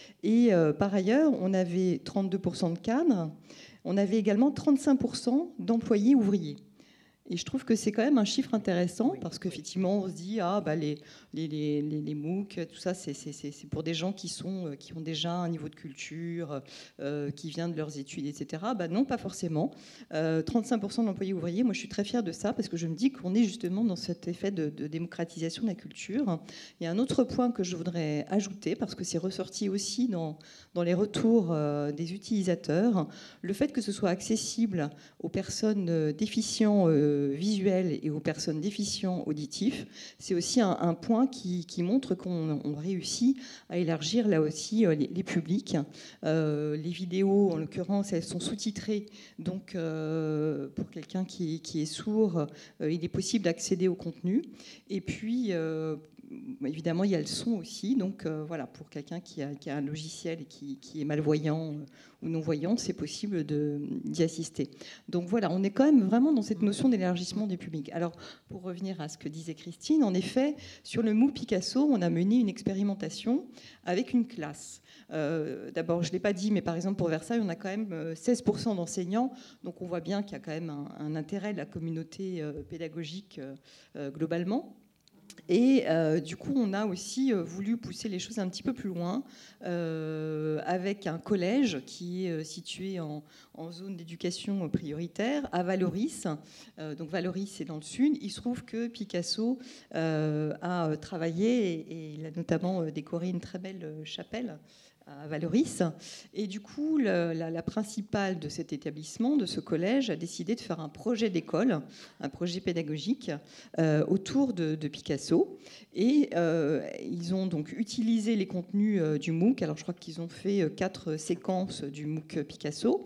Et euh, par ailleurs, on avait trente-deux pour cent de cadres, on avait également trente-cinq pour cent d'employés ouvriers. Et je trouve que c'est quand même un chiffre intéressant, parce qu'effectivement, on se dit, ah, bah, les, les, les, les MOOC, tout ça, c'est, c'est, c'est pour des gens qui, sont, qui ont déjà un niveau de culture, euh, qui vient de leurs études, et cetera. Bah, non, pas forcément. Euh, trente-cinq pour cent d'employés ouvriers, moi je suis très fière de ça, parce que je me dis qu'on est justement dans cet effet de, de démocratisation de la culture. Il y a un autre point que je voudrais ajouter, parce que c'est ressorti aussi dans, dans les retours euh, des utilisateurs, le fait que ce soit accessible aux personnes déficientes euh, visuels et aux personnes déficientes auditifs, c'est aussi un, un point qui, qui montre qu'on on réussit à élargir là aussi les, les publics. Euh, les vidéos, en l'occurrence, elles sont sous-titrées, donc euh, pour quelqu'un qui, qui est sourd, euh, il est possible d'accéder au contenu. Et puis, euh, évidemment, il y a le son aussi. Donc euh, voilà, pour quelqu'un qui a, qui a un logiciel et qui, qui est malvoyant euh, ou non-voyant, c'est possible de, d'y assister. Donc voilà, on est quand même vraiment dans cette notion d'élargissement des publics. Alors, pour revenir à ce que disait Christine, en effet, sur le MOOC Picasso, on a mené une expérimentation avec une classe. Euh, d'abord, je ne l'ai pas dit, mais par exemple, pour Versailles, on a quand même seize pour cent d'enseignants. Donc on voit bien qu'il y a quand même un, un intérêt de la communauté euh, pédagogique euh, globalement. Et euh, du coup, on a aussi euh, voulu pousser les choses un petit peu plus loin euh, avec un collège qui est euh, situé en, en zone d'éducation prioritaire à Valoris. Euh, donc Valoris, c'est dans le sud. Il se trouve que Picasso euh, a travaillé et, et il a notamment décoré une très belle chapelle à Valoris. Et du coup, la, la, la principale de cet établissement, de ce collège, a décidé de faire un projet d'école, un projet pédagogique euh, autour de, de Picasso. Et euh, ils ont donc utilisé les contenus euh, du MOOC. Alors, je crois qu'ils ont fait quatre séquences du MOOC Picasso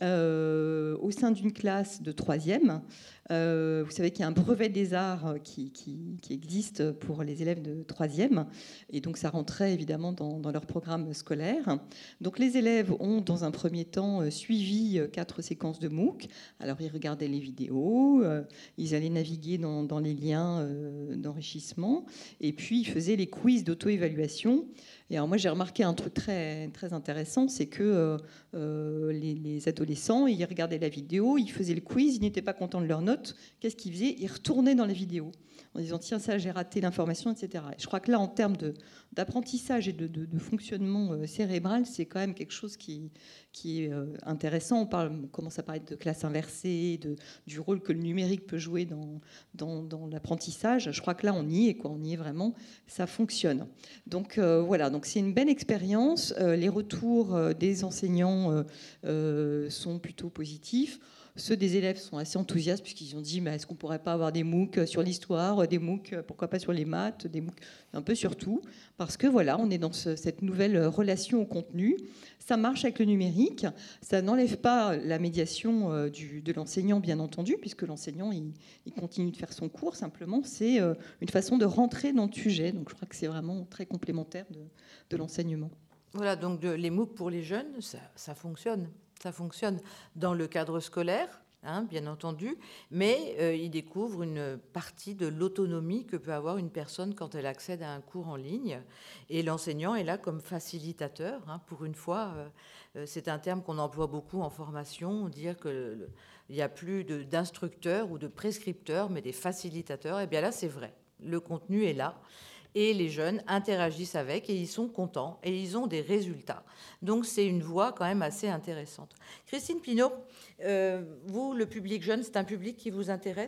euh, au sein d'une classe de troisième. Euh, vous savez qu'il y a un brevet des arts qui, qui, qui existe pour les élèves de troisième, et donc ça rentrait évidemment dans, dans leur programme scolaire. Donc les élèves ont dans un premier temps suivi quatre séquences de MOOC. Alors ils regardaient les vidéos, euh, ils allaient naviguer dans, dans les liens euh, d'enrichissement, et puis ils faisaient les quiz d'auto-évaluation. Et alors moi j'ai remarqué un truc très, très intéressant, c'est que euh, euh, les, les adolescents, ils regardaient la vidéo, ils faisaient le quiz, ils n'étaient pas contents de leurs notes. Qu'est-ce qu'ils faisaient? Ils retournaient dans les vidéos en disant tiens ça j'ai raté l'information, et cetera. Et je crois que là en termes de, d'apprentissage et de, de, de fonctionnement euh, cérébral, c'est quand même quelque chose qui, qui est euh, intéressant. On, parle, on commence à parler de classe inversée, de, du rôle que le numérique peut jouer dans, dans, dans l'apprentissage. Je crois que là on y est, quoi. On y est vraiment, ça fonctionne. Donc euh, voilà, donc c'est une belle expérience. Euh, les retours euh, des enseignants euh, euh, sont plutôt positifs. Ceux des élèves sont assez enthousiastes puisqu'ils ont dit mais est-ce qu'on ne pourrait pas avoir des MOOC sur l'histoire, des MOOC pourquoi pas sur les maths, des MOOC un peu sur tout, parce que voilà, on est dans ce, cette nouvelle relation au contenu. Ça marche avec le numérique, ça n'enlève pas la médiation euh, du, de l'enseignant bien entendu, puisque l'enseignant il, il continue de faire son cours, simplement c'est euh, une façon de rentrer dans le sujet, donc je crois que c'est vraiment très complémentaire de, de l'enseignement. Voilà, donc de, les MOOC pour les jeunes, ça, ça fonctionne. Ça fonctionne dans le cadre scolaire, hein, bien entendu, mais euh, ils découvrent une partie de l'autonomie que peut avoir une personne quand elle accède à un cours en ligne. Et l'enseignant est là comme facilitateur. Hein, pour une fois, euh, c'est un terme qu'on emploie beaucoup en formation, dire qu'il n'y a plus de, d'instructeurs ou de prescripteurs, mais des facilitateurs. Et bien là, c'est vrai. Le contenu est là. Et les jeunes interagissent avec et ils sont contents et ils ont des résultats. Donc, c'est une voie quand même assez intéressante. Christine Pinault, euh, vous, le public jeune, c'est un public qui vous intéresse ?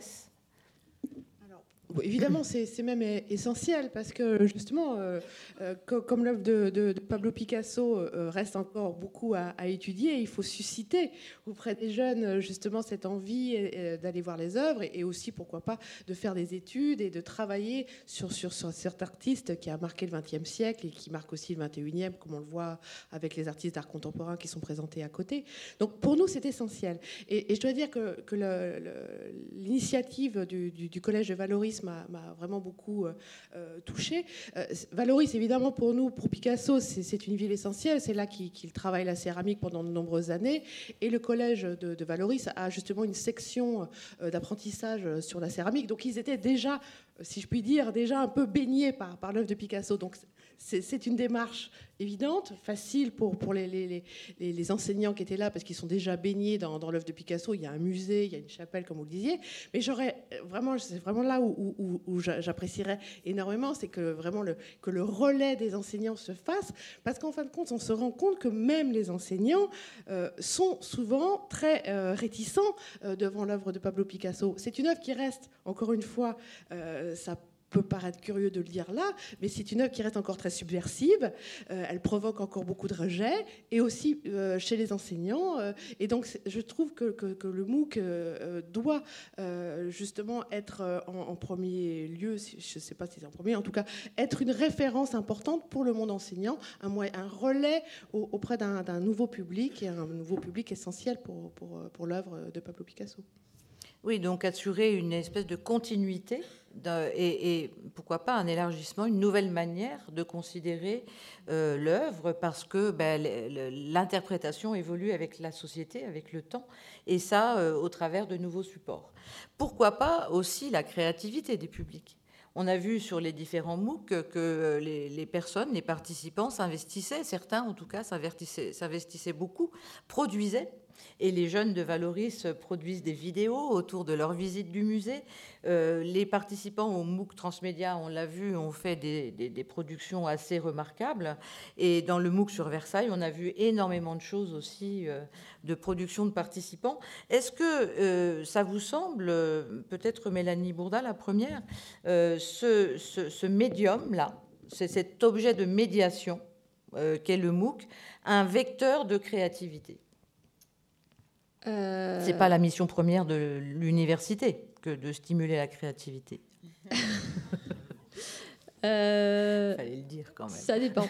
Évidemment, c'est, c'est même essentiel parce que justement, euh, euh, comme l'œuvre de, de, de Pablo Picasso euh, reste encore beaucoup à, à étudier, il faut susciter auprès des jeunes justement cette envie euh, d'aller voir les œuvres et, et aussi, pourquoi pas, de faire des études et de travailler sur, sur, sur cet artiste qui a marqué le vingtième siècle et qui marque aussi le vingt et unième, comme on le voit avec les artistes d'art contemporain qui sont présentés à côté. Donc pour nous, c'est essentiel. Et, et je dois dire que, que le, le, l'initiative du, du, du Collège de Valoris M'a, m'a vraiment beaucoup euh, touchée. Euh, Valoris, évidemment, pour nous, pour Picasso, c'est, c'est une ville essentielle. C'est là qu'il, qu'il travaille la céramique pendant de nombreuses années. Et le collège de, de Valoris a justement une section euh, d'apprentissage sur la céramique. Donc, ils étaient déjà, si je puis dire, déjà un peu baignés par, par l'œuvre de Picasso. Donc, c'est, c'est une démarche évidente, facile pour, pour les, les, les, les enseignants qui étaient là, parce qu'ils sont déjà baignés dans, dans l'œuvre de Picasso. Il y a un musée, il y a une chapelle, comme vous le disiez. Mais j'aurais vraiment, c'est vraiment là où, où, où j'apprécierais énormément, c'est que vraiment le, que le relais des enseignants se fasse, parce qu'en fin de compte, on se rend compte que même les enseignants euh, sont souvent très euh, réticents euh, devant l'œuvre de Pablo Picasso. C'est une œuvre qui reste, encore une fois, euh, ça peut paraître curieux de le dire là, mais c'est une œuvre qui reste encore très subversive. Euh, elle provoque encore beaucoup de rejet, et aussi euh, chez les enseignants. Euh, et donc, je trouve que, que, que le MOOC euh, doit euh, justement être en, en premier lieu, je ne sais pas si c'est en premier, en tout cas, être une référence importante pour le monde enseignant, un, un relais au, auprès d'un, d'un nouveau public, et un nouveau public essentiel pour, pour, pour l'œuvre de Pablo Picasso. Oui, donc assurer une espèce de continuité de, et, et pourquoi pas un élargissement, une nouvelle manière de considérer euh, l'œuvre, parce que ben, l'interprétation évolue avec la société, avec le temps, et ça euh, au travers de nouveaux supports. Pourquoi pas aussi la créativité des publics ? On a vu sur les différents MOOC que les, les personnes, les participants s'investissaient, certains en tout cas s'investissaient, s'investissaient beaucoup, produisaient. Et les jeunes de Valoris produisent des vidéos autour de leur visite du musée. Euh, les participants au MOOC Transmédia, on l'a vu, ont fait des, des, des productions assez remarquables. Et dans le MOOC sur Versailles, on a vu énormément de choses aussi euh, de production de participants. Est-ce que euh, ça vous semble, peut-être Mélanie Bourda, la première, euh, ce, ce, ce médium-là, c'est cet objet de médiation euh, qu'est le MOOC, un vecteur de créativité ? Euh... C'est pas la mission première de l'université que de stimuler la créativité. euh... Fallait le dire quand même. Ça dépend.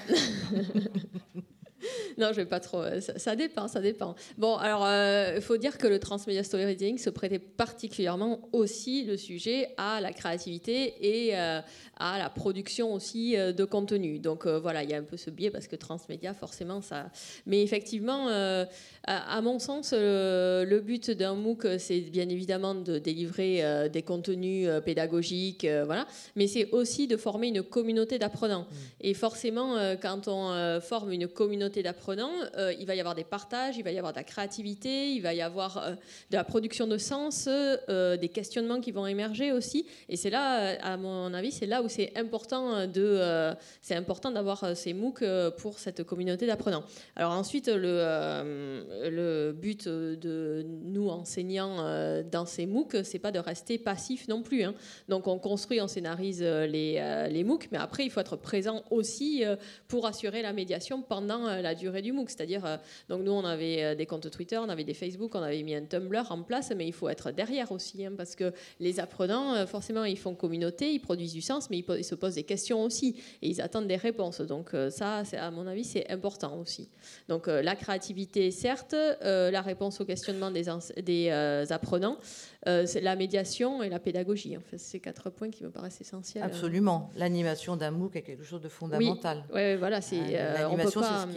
Non, je vais pas trop. Ça, ça dépend, ça dépend. Bon, alors, il euh, faut dire que le transmedia storytelling se prêtait particulièrement aussi le sujet à la créativité et euh, à la production aussi euh, de contenu. Donc euh, voilà, il y a un peu ce biais parce que transmédia, forcément, ça. Mais effectivement, euh, à, à mon sens, euh, le but d'un MOOC, c'est bien évidemment de délivrer euh, des contenus euh, pédagogiques, euh, voilà. Mais c'est aussi de former une communauté d'apprenants. Mmh. Et forcément, euh, quand on euh, forme une communauté d'apprenants, euh, il va y avoir des partages, il va y avoir de la créativité, il va y avoir euh, de la production de sens, euh, des questionnements qui vont émerger aussi. Et c'est là, à mon avis, c'est là où c'est important, de, euh, c'est important d'avoir ces MOOC pour cette communauté d'apprenants. Alors ensuite, le, euh, le but de nous, enseignants, euh, dans ces MOOC, c'est pas de rester passif non plus. Hein. Donc on construit, on scénarise les, euh, les MOOC, mais après, il faut être présent aussi euh, pour assurer la médiation pendant euh, la durée du MOOC. C'est-à-dire, euh, donc nous, on avait des comptes Twitter, on avait des Facebook, on avait mis un Tumblr en place, mais il faut être derrière aussi, hein, parce que les apprenants, euh, forcément, ils font communauté, ils produisent du sens, mais ils, ils se posent des questions aussi, et ils attendent des réponses. Donc euh, ça, c'est, à mon avis, c'est important aussi. Donc euh, la créativité, certes, euh, la réponse aux questionnements des, des euh, apprenants, euh, c'est la médiation et la pédagogie. En fait, c'est quatre points qui me paraissent essentiels. Absolument. L'animation d'un MOOC est quelque chose de fondamental. Oui, ouais, voilà. C'est, euh, L'animation, pas... c'est ce qui fait lever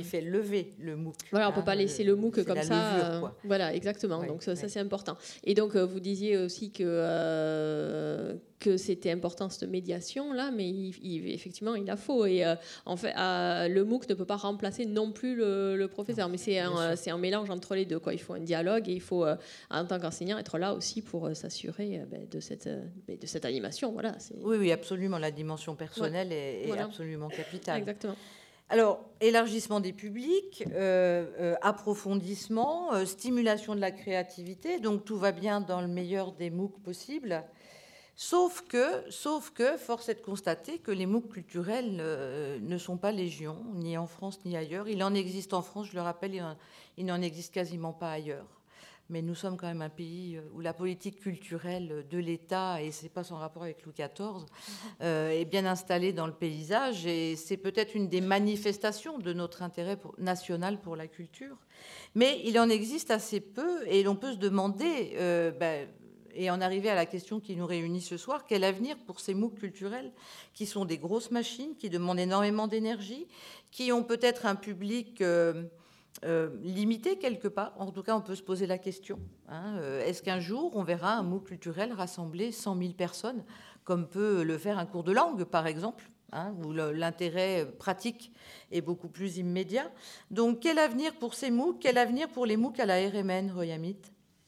lever le MOOC. Voilà, on ne peut hein, pas laisser le MOOC comme la ça. levure, euh, quoi. voilà, exactement. Ouais, donc ça, ouais. ça, c'est important. Et donc euh, vous disiez aussi que, euh, que c'était important cette médiation-là, mais il, il, effectivement, il la faut. Et euh, en fait, euh, le MOOC ne peut pas remplacer non plus le, le professeur, mais c'est un, c'est un mélange entre les deux, quoi. Il faut un dialogue et il faut, euh, en tant qu'enseignant, être là aussi pour euh, s'assurer euh, ben, de, cette, euh, de cette animation. Voilà, oui, oui, absolument. La dimension personnelle ouais. est, est voilà. absolument capitale. Exactement. Alors, élargissement des publics, euh, euh, approfondissement, euh, stimulation de la créativité, donc tout va bien dans le meilleur des MOOC possibles. Sauf que, sauf que, force est de constater que les MOOC culturels euh, ne sont pas légion, ni en France ni ailleurs. Il en existe en France, je le rappelle, il, en, il n'en existe quasiment pas ailleurs. Mais nous sommes quand même un pays où la politique culturelle de l'État, et ce n'est pas sans rapport avec Louis quatorze, euh, est bien installée dans le paysage. Et c'est peut-être une des manifestations de notre intérêt pour, national pour la culture. Mais il en existe assez peu, et l'on peut se demander, euh, ben, et en arriver à la question qui nous réunit ce soir, quel avenir pour ces MOOC culturels qui sont des grosses machines, qui demandent énormément d'énergie, qui ont peut-être un public... Euh, Euh, limité quelque part. En tout cas, on peut se poser la question. Hein, euh, est-ce qu'un jour, on verra un MOOC culturel rassembler cent mille personnes, comme peut le faire un cours de langue, par exemple, hein, où le, l'intérêt pratique est beaucoup plus immédiat. Donc, quel avenir pour ces MOOC? Quel avenir pour les MOOC à la R M N, Roy Amit?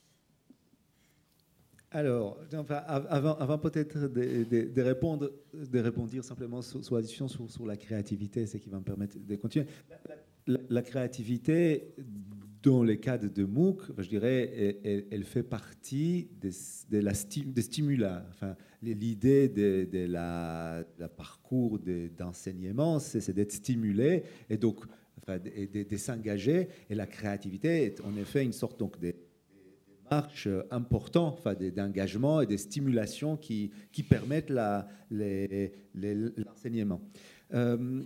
Alors, enfin, avant, avant peut-être de, de, de répondre, de répondre simplement sur, sur la discussion sur, sur la créativité, c'est qui va me permettre de continuer. La, la, la créativité, dans les cas de MOOC, je dirais, elle, elle fait partie des, de la stim, des stimula. Enfin, l'idée de, de la, de la parcours de, d'enseignement, c'est, c'est d'être stimulé et donc enfin, de, de, de s'engager. Et la créativité est en effet une sorte donc de marche important, enfin, d'engagement et des stimulations qui, qui permettent la, les, les, l'enseignement. Euh,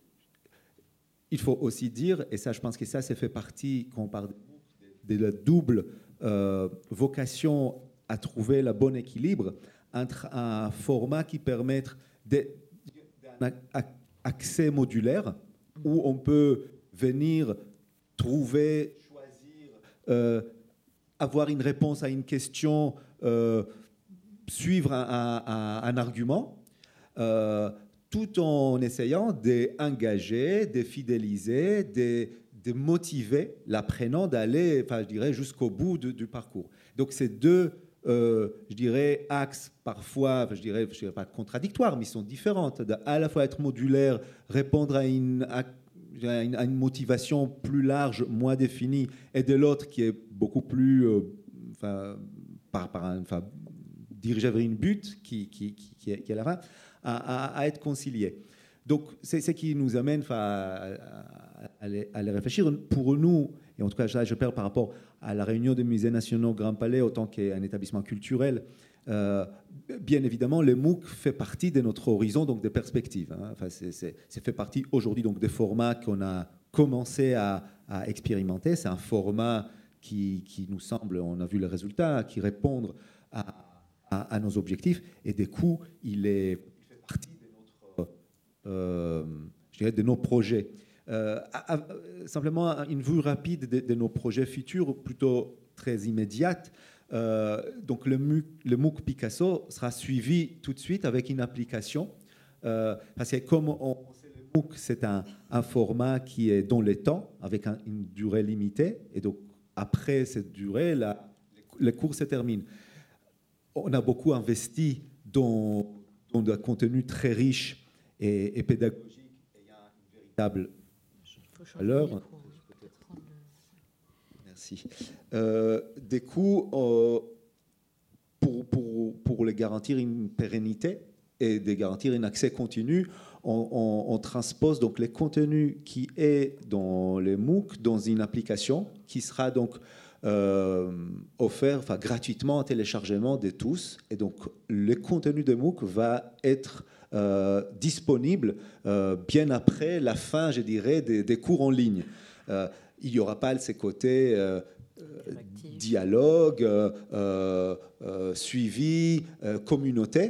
il faut aussi dire, et ça je pense que ça c'est fait partie, quand on parle de, de la double euh, vocation à trouver le bon équilibre entre un format qui permet d'un accès modulaire, où on peut venir trouver, choisir, euh, avoir une réponse à une question, euh, suivre un, un, un argument, euh, tout en essayant d'engager, de fidéliser, de, de motiver l'apprenant d'aller, enfin, je dirais, jusqu'au bout de, du parcours. Donc, ces deux, euh, je dirais, axes, parfois, enfin, je dirais, je dirais pas contradictoires, mais ils sont différents. À la fois être modulaire, répondre à une... À, à une motivation plus large, moins définie, et de l'autre qui est beaucoup plus euh, enfin, par, par un, enfin, dirigé vers une but qui, qui, qui, est, qui est la fin, à, à, à être concilié. Donc, c'est ce qui nous amène enfin, à, à, à, les, à les réfléchir. Pour nous, et en tout cas, je parle par rapport à la réunion des musées nationaux Grand Palais, autant qu'un établissement culturel, Euh, bien évidemment, le MOOC fait partie de notre horizon, donc des perspectives. Hein. Enfin, c'est, c'est, c'est fait partie aujourd'hui donc des formats qu'on a commencé à, à expérimenter. C'est un format qui, qui nous semble, on a vu les résultats, qui répondent à, à, à nos objectifs. Et du coup, il, est, il fait partie de, notre, euh, je dirais, de nos projets. Euh, à, à, simplement, une vue rapide de, de nos projets futurs, plutôt très immédiate. Euh, donc le MOOC, le MOOC Picasso sera suivi tout de suite avec une application euh, parce que comme on sait, le MOOC c'est un, un format qui est dans le temps avec un, une durée limitée et donc après cette durée la, les cours se terminent. On a beaucoup investi dans, dans un contenu très riche et, et pédagogique et il y a une véritable valeur. Euh, des coûts euh, pour, pour, pour les garantir une pérennité et de garantir un accès continu, on, on, on transpose donc les contenus qui est dans les MOOC dans une application qui sera donc euh, offert enfin, gratuitement en téléchargement de tous. Et donc le contenu de MOOC va être euh, disponible euh, bien après la fin, je dirais, des, des cours en ligne. Euh, il n'y aura pas ces côtés euh, euh, dialogue, euh, euh, suivi, euh, communauté,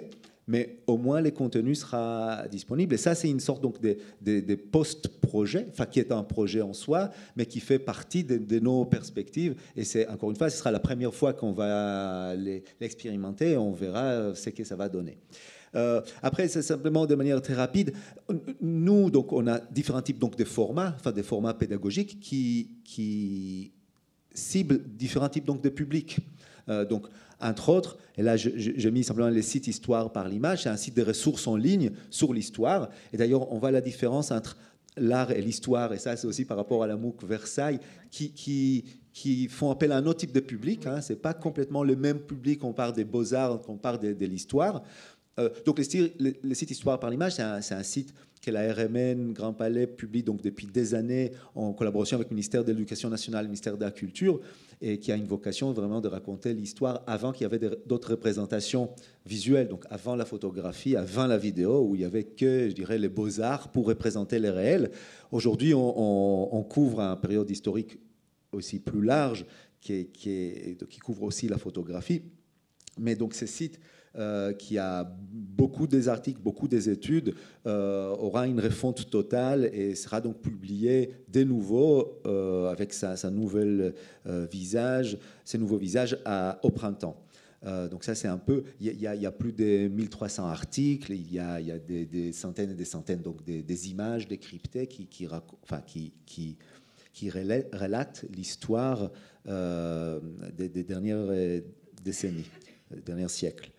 mais au moins les contenus sera disponible. Et ça, c'est une sorte donc de, de, de post-projet, enfin qui est un projet en soi, mais qui fait partie de, de nos perspectives. Et c'est encore une fois, ce sera la première fois qu'on va l'expérimenter. On verra ce que ça va donner. Euh, après, c'est simplement de manière très rapide. Nous, donc, on a différents types donc de formats, enfin des formats pédagogiques qui, qui ciblent différents types donc de publics. Euh, donc, entre autres, et là j'ai mis simplement les sites Histoire par l'image, c'est un site de ressources en ligne sur l'histoire. Et d'ailleurs, on voit la différence entre l'art et l'histoire, et ça c'est aussi par rapport à la MOOC Versailles, qui, qui, qui font appel à un autre type de public. Hein. Ce n'est pas complètement le même public qu'on parle des beaux-arts, qu'on parle de, de l'histoire. Euh, donc, le, le, le site Histoire par l'image, c'est un, c'est un site que la R M N Grand Palais publie donc depuis des années en collaboration avec le ministère de l'Éducation nationale, le ministère de la Culture, et qui a une vocation vraiment de raconter l'histoire avant qu'il y avait d'autres représentations visuelles, donc avant la photographie, avant la vidéo, où il n'y avait que, je dirais, les beaux-arts pour représenter le réel. Aujourd'hui, on, on, on couvre une période historique aussi plus large, qui, est, qui, est, qui couvre aussi la photographie. Mais donc, ce site Euh, qui a beaucoup des articles, beaucoup des études, euh, aura une refonte totale et sera donc publié de nouveau euh, avec sa, sa nouvelle euh, visage, ses nouveaux visages à, au printemps. Euh, donc ça, c'est un peu... Il y, y, y a plus de mille trois cents articles, il y a, y a des, des centaines et des centaines donc des, des images décryptées qui, qui, racontent, enfin, qui, qui, qui relatent l'histoire euh, des, des dernières décennies, des derniers siècles.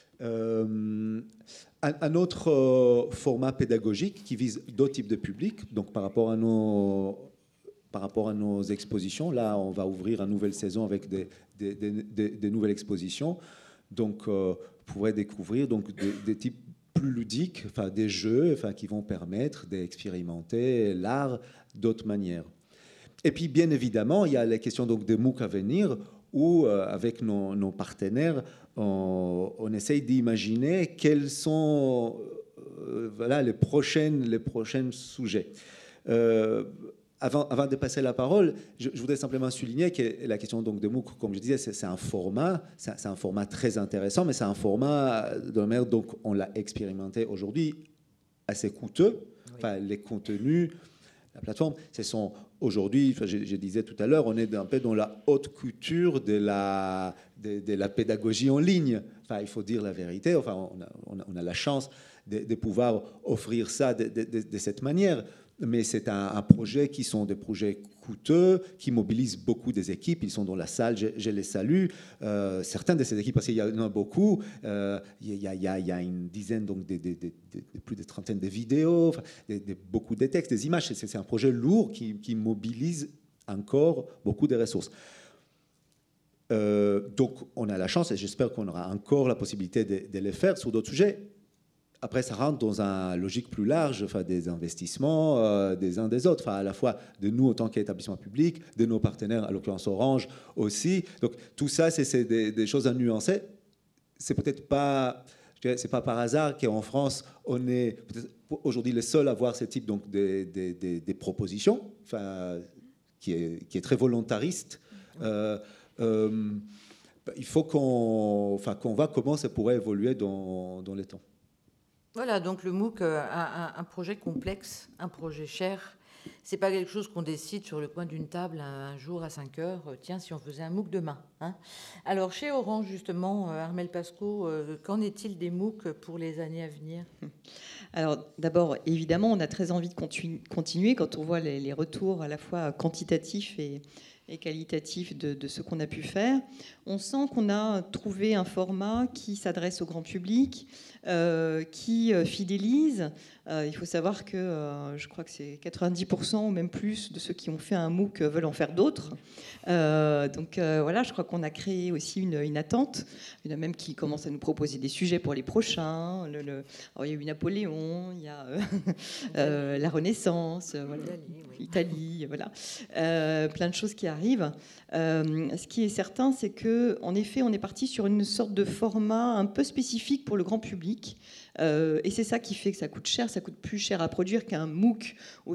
Euh, un, un autre euh, format pédagogique qui vise d'autres types de publics, donc par rapport à nos, par rapport à nos expositions, là on va ouvrir une nouvelle saison avec des, des, des, des, des nouvelles expositions, donc euh, vous pourrez découvrir donc des, des types plus ludiques, enfin des jeux, enfin qui vont permettre d'expérimenter l'art d'autres manières. Et puis bien évidemment il y a les questions donc des MOOC à venir, où euh, avec nos, nos partenaires On, on essaye d'imaginer quels sont euh, voilà, les, prochaines, les prochains sujets. Euh, avant, avant de passer la parole, je, je voudrais simplement souligner que la question donc, de MOOC, comme je disais, c'est, c'est un format, c'est, c'est un format très intéressant, mais c'est un format de la manière dont on l'a expérimenté aujourd'hui assez coûteux. Oui. Enfin, les contenus, la plateforme, ce sont aujourd'hui, enfin, je, je disais tout à l'heure, on est un peu dans la haute couture de la, de, de la pédagogie en ligne. Enfin, il faut dire la vérité. Enfin, on a, on a, on a la chance de, de pouvoir offrir ça de, de, de, de cette manière. Mais c'est un, un projet qui sont des projets coûteux, qui mobilisent beaucoup des équipes. Ils sont dans la salle, je, je les salue. Euh, certaines de ces équipes, parce qu'il y en a beaucoup, euh, il, y a, il, y a, il y a une dizaine, donc de, de, de, de plus de trentaine de vidéos, enfin, de, de, beaucoup de textes, des images. C'est, c'est un projet lourd qui, qui mobilise encore beaucoup de ressources. Euh, donc, on a la chance, et j'espère qu'on aura encore la possibilité de, de le faire sur d'autres sujets. Après, ça rentre dans une logique plus large, enfin, des investissements euh, des uns des autres, enfin, à la fois de nous en tant qu'établissement public, de nos partenaires, à l'occurrence Orange aussi. Donc, tout ça, c'est, c'est des, des choses à nuancer. C'est peut-être pas, je dirais, c'est pas par hasard qu'en France, on est aujourd'hui les seuls à avoir ce type donc, de, de, de, de propositions, enfin, qui est, qui est très volontariste. Euh, euh, il faut qu'on, enfin, qu'on voit comment ça pourrait évoluer dans, dans les temps. Voilà, donc le MOOC a un, un projet complexe, un projet cher. C'est pas quelque chose qu'on décide sur le coin d'une table un jour à cinq heures. Tiens, si on faisait un MOOC demain. Hein. Alors, chez Orange, justement, Armelle Pasco, qu'en est-il des MOOC pour les années à venir ? Alors, d'abord, évidemment, on a très envie de continu- continuer quand on voit les, les retours à la fois quantitatifs et, et qualitatifs de, de ce qu'on a pu faire. On sent qu'on a trouvé un format qui s'adresse au grand public, euh, qui fidélise. Euh, il faut savoir que euh, je crois que c'est quatre-vingt-dix pour cent ou même plus de ceux qui ont fait un MOOC veulent en faire d'autres. Euh, donc euh, voilà, je crois qu'on a créé aussi une, une attente. Il y en a même qui commencent à nous proposer des sujets pour les prochains. Le, le... Alors, il y a eu Napoléon, il y a euh, euh, la Renaissance, euh, voilà. Italie, oui. Italie, voilà. Euh, plein de choses qui arrivent. Euh, ce qui est certain, c'est que en effet, on est parti sur une sorte de format un peu spécifique pour le grand public. Euh, et c'est ça qui fait que ça coûte cher. Ça coûte plus cher à produire qu'un MOOC au sens unique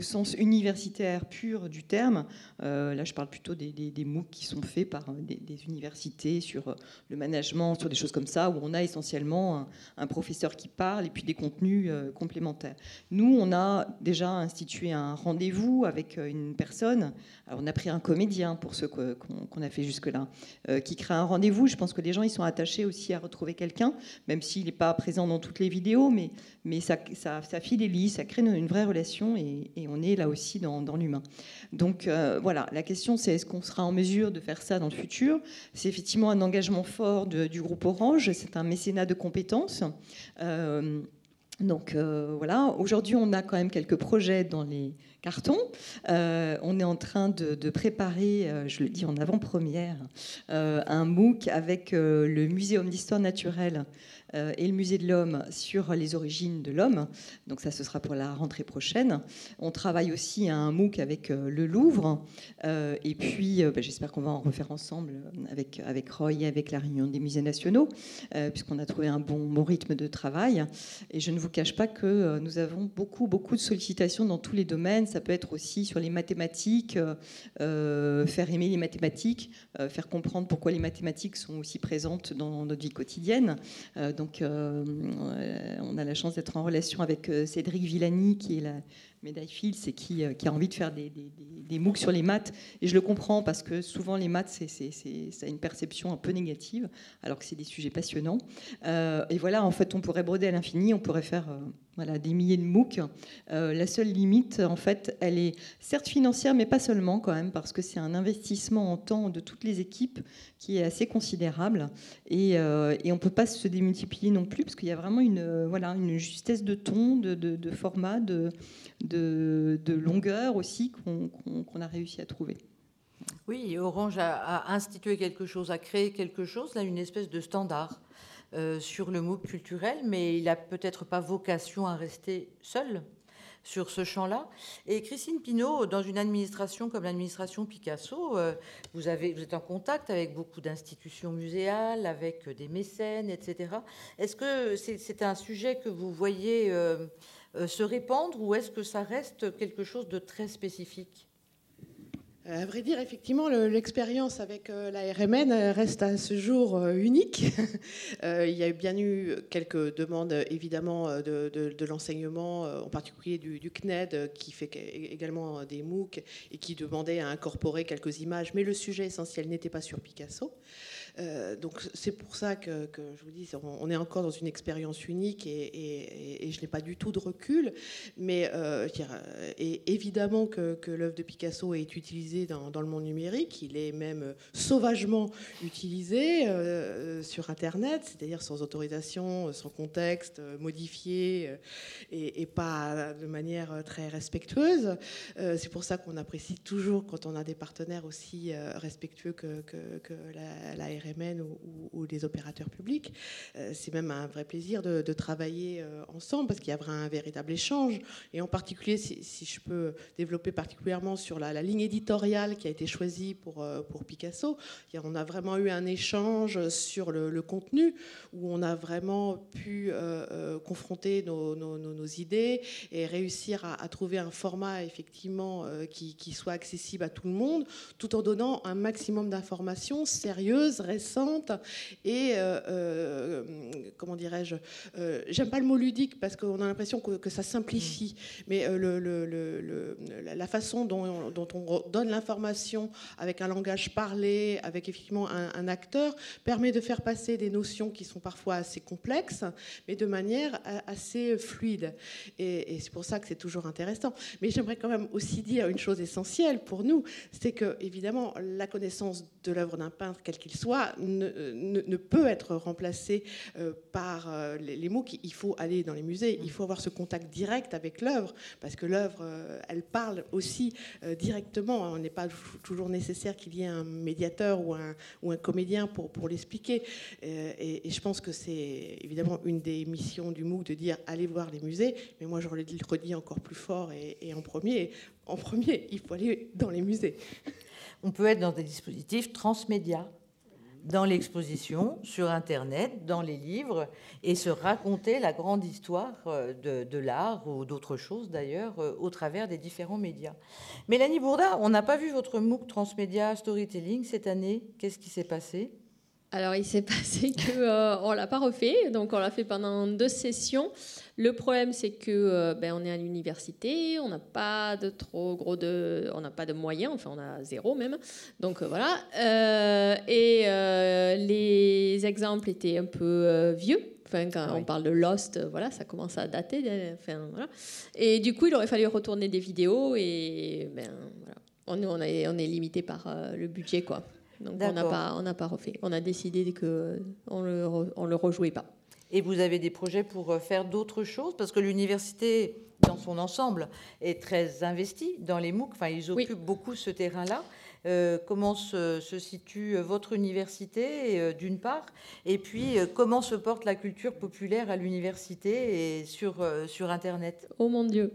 universitaire pur du terme. Euh, là, je parle plutôt des, des, des MOOC qui sont faits par des, des universités sur le management, sur des choses comme ça, où on a essentiellement un, un professeur qui parle et puis des contenus euh, complémentaires. Nous, on a déjà institué un rendez-vous avec une personne. Alors, on a pris un comédien pour ceux qu'on, qu'on a fait jusque-là, euh, qui crée un rendez-vous. Je pense que les gens ils sont attachés aussi à retrouver quelqu'un, même s'il n'est pas présent dans toutes les vidéos, mais, mais ça, ça, ça fidélise, ça crée une, une vraie relation et, et on est là aussi dans, dans l'humain. Donc euh, voilà, la question c'est est-ce qu'on sera en mesure de faire ça dans le futur ? C'est effectivement un engagement fort de, du groupe Orange, c'est un mécénat de compétences. Euh, Donc euh, voilà, aujourd'hui on a quand même quelques projets dans les cartons. Euh, on est en train de, de préparer, euh, je le dis en avant-première, euh, un MOOC avec euh, le Muséum d'histoire naturelle euh, et le Musée de l'Homme sur les origines de l'homme. Donc ça, ce sera pour la rentrée prochaine. On travaille aussi à un MOOC avec euh, le Louvre. Euh, et puis, euh, bah, j'espère qu'on va en refaire ensemble avec, avec Roy et avec la Réunion des musées nationaux, euh, puisqu'on a trouvé un bon, bon rythme de travail. Et je ne vous cache pas que euh, nous avons beaucoup, beaucoup de sollicitations dans tous les domaines. Ça peut être aussi sur les mathématiques, euh, faire aimer les mathématiques, euh, faire comprendre pourquoi les mathématiques sont aussi présentes dans notre vie quotidienne. Euh, donc, euh, on a la chance d'être en relation avec Cédric Villani, qui est la médaille Fields et qui, qui a envie de faire des, des, des MOOC sur les maths. Et je le comprends parce que souvent les maths, c'est, c'est, c'est, ça a une perception un peu négative, alors que c'est des sujets passionnants. Euh, et voilà, en fait, on pourrait broder à l'infini, on pourrait faire euh, voilà, des milliers de MOOC. Euh, la seule limite, en fait, elle est certes financière, mais pas seulement quand même, parce que c'est un investissement en temps de toutes les équipes qui est assez considérable. Et, euh, et on ne peut pas se démultiplier non plus, parce qu'il y a vraiment une, euh, voilà, une justesse de ton, de, de, de format, de... De, de longueur aussi qu'on, qu'on, qu'on a réussi à trouver. Oui, Orange a, a institué quelque chose, a créé quelque chose, là, une espèce de standard euh, sur le MOOC culturel, mais il n'a peut-être pas vocation à rester seul sur ce champ-là. Et Christine Pinault, dans une administration comme l'administration Picasso, euh, vous, avez, vous êtes en contact avec beaucoup d'institutions muséales, avec des mécènes, et cetera. Est-ce que c'est, c'est un sujet que vous voyez... Euh, se répandre, ou est-ce que ça reste quelque chose de très spécifique ? À vrai dire, effectivement, le, l'expérience avec euh, la R M N reste à ce jour euh, unique. euh, il y a bien eu quelques demandes, évidemment, de, de, de l'enseignement, euh, en particulier du, du C N E D, qui fait également des MOOC et qui demandait à incorporer quelques images, mais le sujet essentiel n'était pas sur Picasso. Euh, donc c'est pour ça que, que je vous dis, on est encore dans une expérience unique et, et, et je n'ai pas du tout de recul, mais euh, et évidemment que, que l'œuvre de Picasso est utilisée dans, dans le monde numérique, il est même sauvagement utilisé euh, sur Internet, c'est-à-dire sans autorisation, sans contexte, modifié et, et pas de manière très respectueuse. Euh, c'est pour ça qu'on apprécie toujours quand on a des partenaires aussi euh, respectueux que, que, que la, la R M N ou, ou, ou des opérateurs publics. Euh, c'est même un vrai plaisir de, de travailler euh, ensemble parce qu'il y a un véritable échange. Et en particulier, si, si je peux développer particulièrement sur la, la ligne éditoriale qui a été choisie pour, euh, pour Picasso, on a vraiment eu un échange sur le, le contenu où on a vraiment pu euh, euh, confronter nos, nos, nos, nos idées et réussir à, à trouver un format effectivement euh, qui, qui soit accessible à tout le monde, tout en donnant un maximum d'informations sérieuses, récente et euh, euh, comment dirais-je euh, j'aime pas le mot ludique parce qu'on a l'impression que, que ça simplifie, mais euh, le, le, le, le, la façon dont, dont on donne l'information avec un langage parlé, avec effectivement un, un acteur, permet de faire passer des notions qui sont parfois assez complexes, mais de manière assez fluide. Et, et c'est pour ça que c'est toujours intéressant. Mais j'aimerais quand même aussi dire une chose essentielle pour nous, c'est que évidemment la connaissance de l'œuvre d'un peintre, quel qu'il soit, Ne, ne, ne peut être remplacé euh, par euh, les, les mots qu'il faut aller dans les musées, il faut avoir ce contact direct avec l'œuvre, parce que l'œuvre, euh, elle parle aussi euh, directement, on n'est pas toujours nécessaire qu'il y ait un médiateur ou un, ou un comédien pour, pour l'expliquer, euh, et, et je pense que c'est évidemment une des missions du MOOC de dire allez voir les musées, mais moi je le redis encore plus fort et, et en premier, en premier, il faut aller dans les musées. On peut être dans des dispositifs transmédia. dans l'exposition, sur Internet, dans les livres, et se raconter la grande histoire de, de l'art ou d'autres choses d'ailleurs au travers des différents médias. Mélanie Bourda, on n'a pas vu votre MOOC Transmédia Storytelling cette année. Qu'est-ce qui s'est passé ? Alors, il s'est passé qu'on euh, ne l'a pas refait, donc on l'a fait pendant deux sessions. Le problème, c'est que euh, ben, on est à l'université, on n'a pas de trop gros de, on n'a pas de moyens, enfin on a zéro même. Donc euh, voilà. Euh, et euh, les exemples étaient un peu euh, vieux. Enfin, quand ah oui. on parle de Lost, voilà, ça commence à dater. Enfin, voilà. Et du coup, il aurait fallu retourner des vidéos et ben, voilà. on, on, est, on est limité par euh, le budget, quoi. Donc on n'a pas, on n'a pas refait. On a décidé qu'on ne le, on le rejouait pas. Et vous avez des projets pour faire d'autres choses ? Parce que l'université, dans son ensemble, est très investie dans les MOOC. Enfin, ils occupent oui. beaucoup ce terrain-là. Euh, comment se, se situe votre université, euh, d'une part, et puis euh, comment se porte la culture populaire à l'université et sur, euh, sur Internet ? Oh mon Dieu.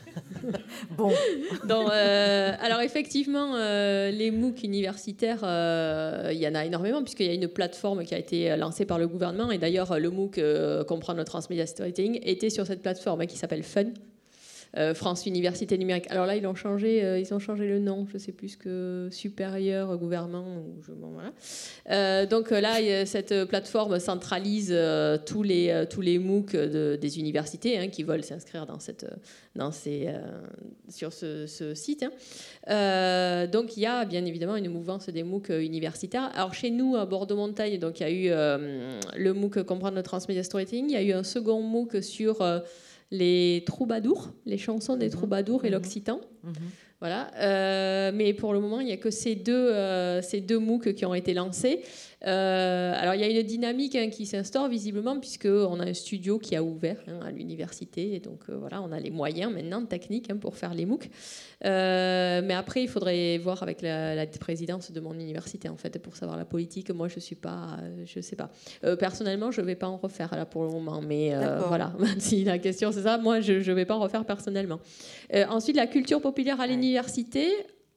Bon. Donc, euh, alors effectivement, euh, les MOOC universitaires, euh, il y en a énormément, puisqu'il y a une plateforme qui a été lancée par le gouvernement, et d'ailleurs le MOOC euh, Comprendre le Transmédia Storytelling était sur cette plateforme hein, qui s'appelle Fun. Euh, France Université Numérique. Alors là, ils ont changé, euh, ils ont changé le nom, je ne sais plus que supérieur gouvernement. Ou je, bon, voilà. euh, donc là, cette plateforme centralise euh, tous les euh, tous les MOOC de, des universités hein, qui veulent s'inscrire dans cette dans ces euh, sur ce, ce site. Hein. Euh, donc il y a bien évidemment une mouvance des MOOC universitaires. Alors chez nous à Bordeaux-Montagne, donc il y a eu euh, le MOOC Comprendre le Transmédia Storytelling. Il y a eu un second MOOC sur euh, les troubadours, les chansons des mmh. troubadours et mmh. l'occitan. Mmh. Voilà. Euh, mais pour le moment, il n'y a que ces deux, euh, ces deux MOOC qui ont été lancés. Euh, alors, il y a une dynamique hein, qui s'instaure visiblement, puisqu'on a un studio qui a ouvert hein, à l'université. Et donc, euh, voilà, on a les moyens maintenant techniques hein, pour faire les MOOC. Euh, mais après, il faudrait voir avec la, la présidence de mon université, en fait, pour savoir la politique. Moi, je ne suis pas... Je sais pas. Euh, personnellement, je ne vais pas en refaire, là, pour le moment. Mais euh, voilà, si la question, c'est ça, moi, je ne vais pas en refaire personnellement. Euh, ensuite, la culture populaire à l'université...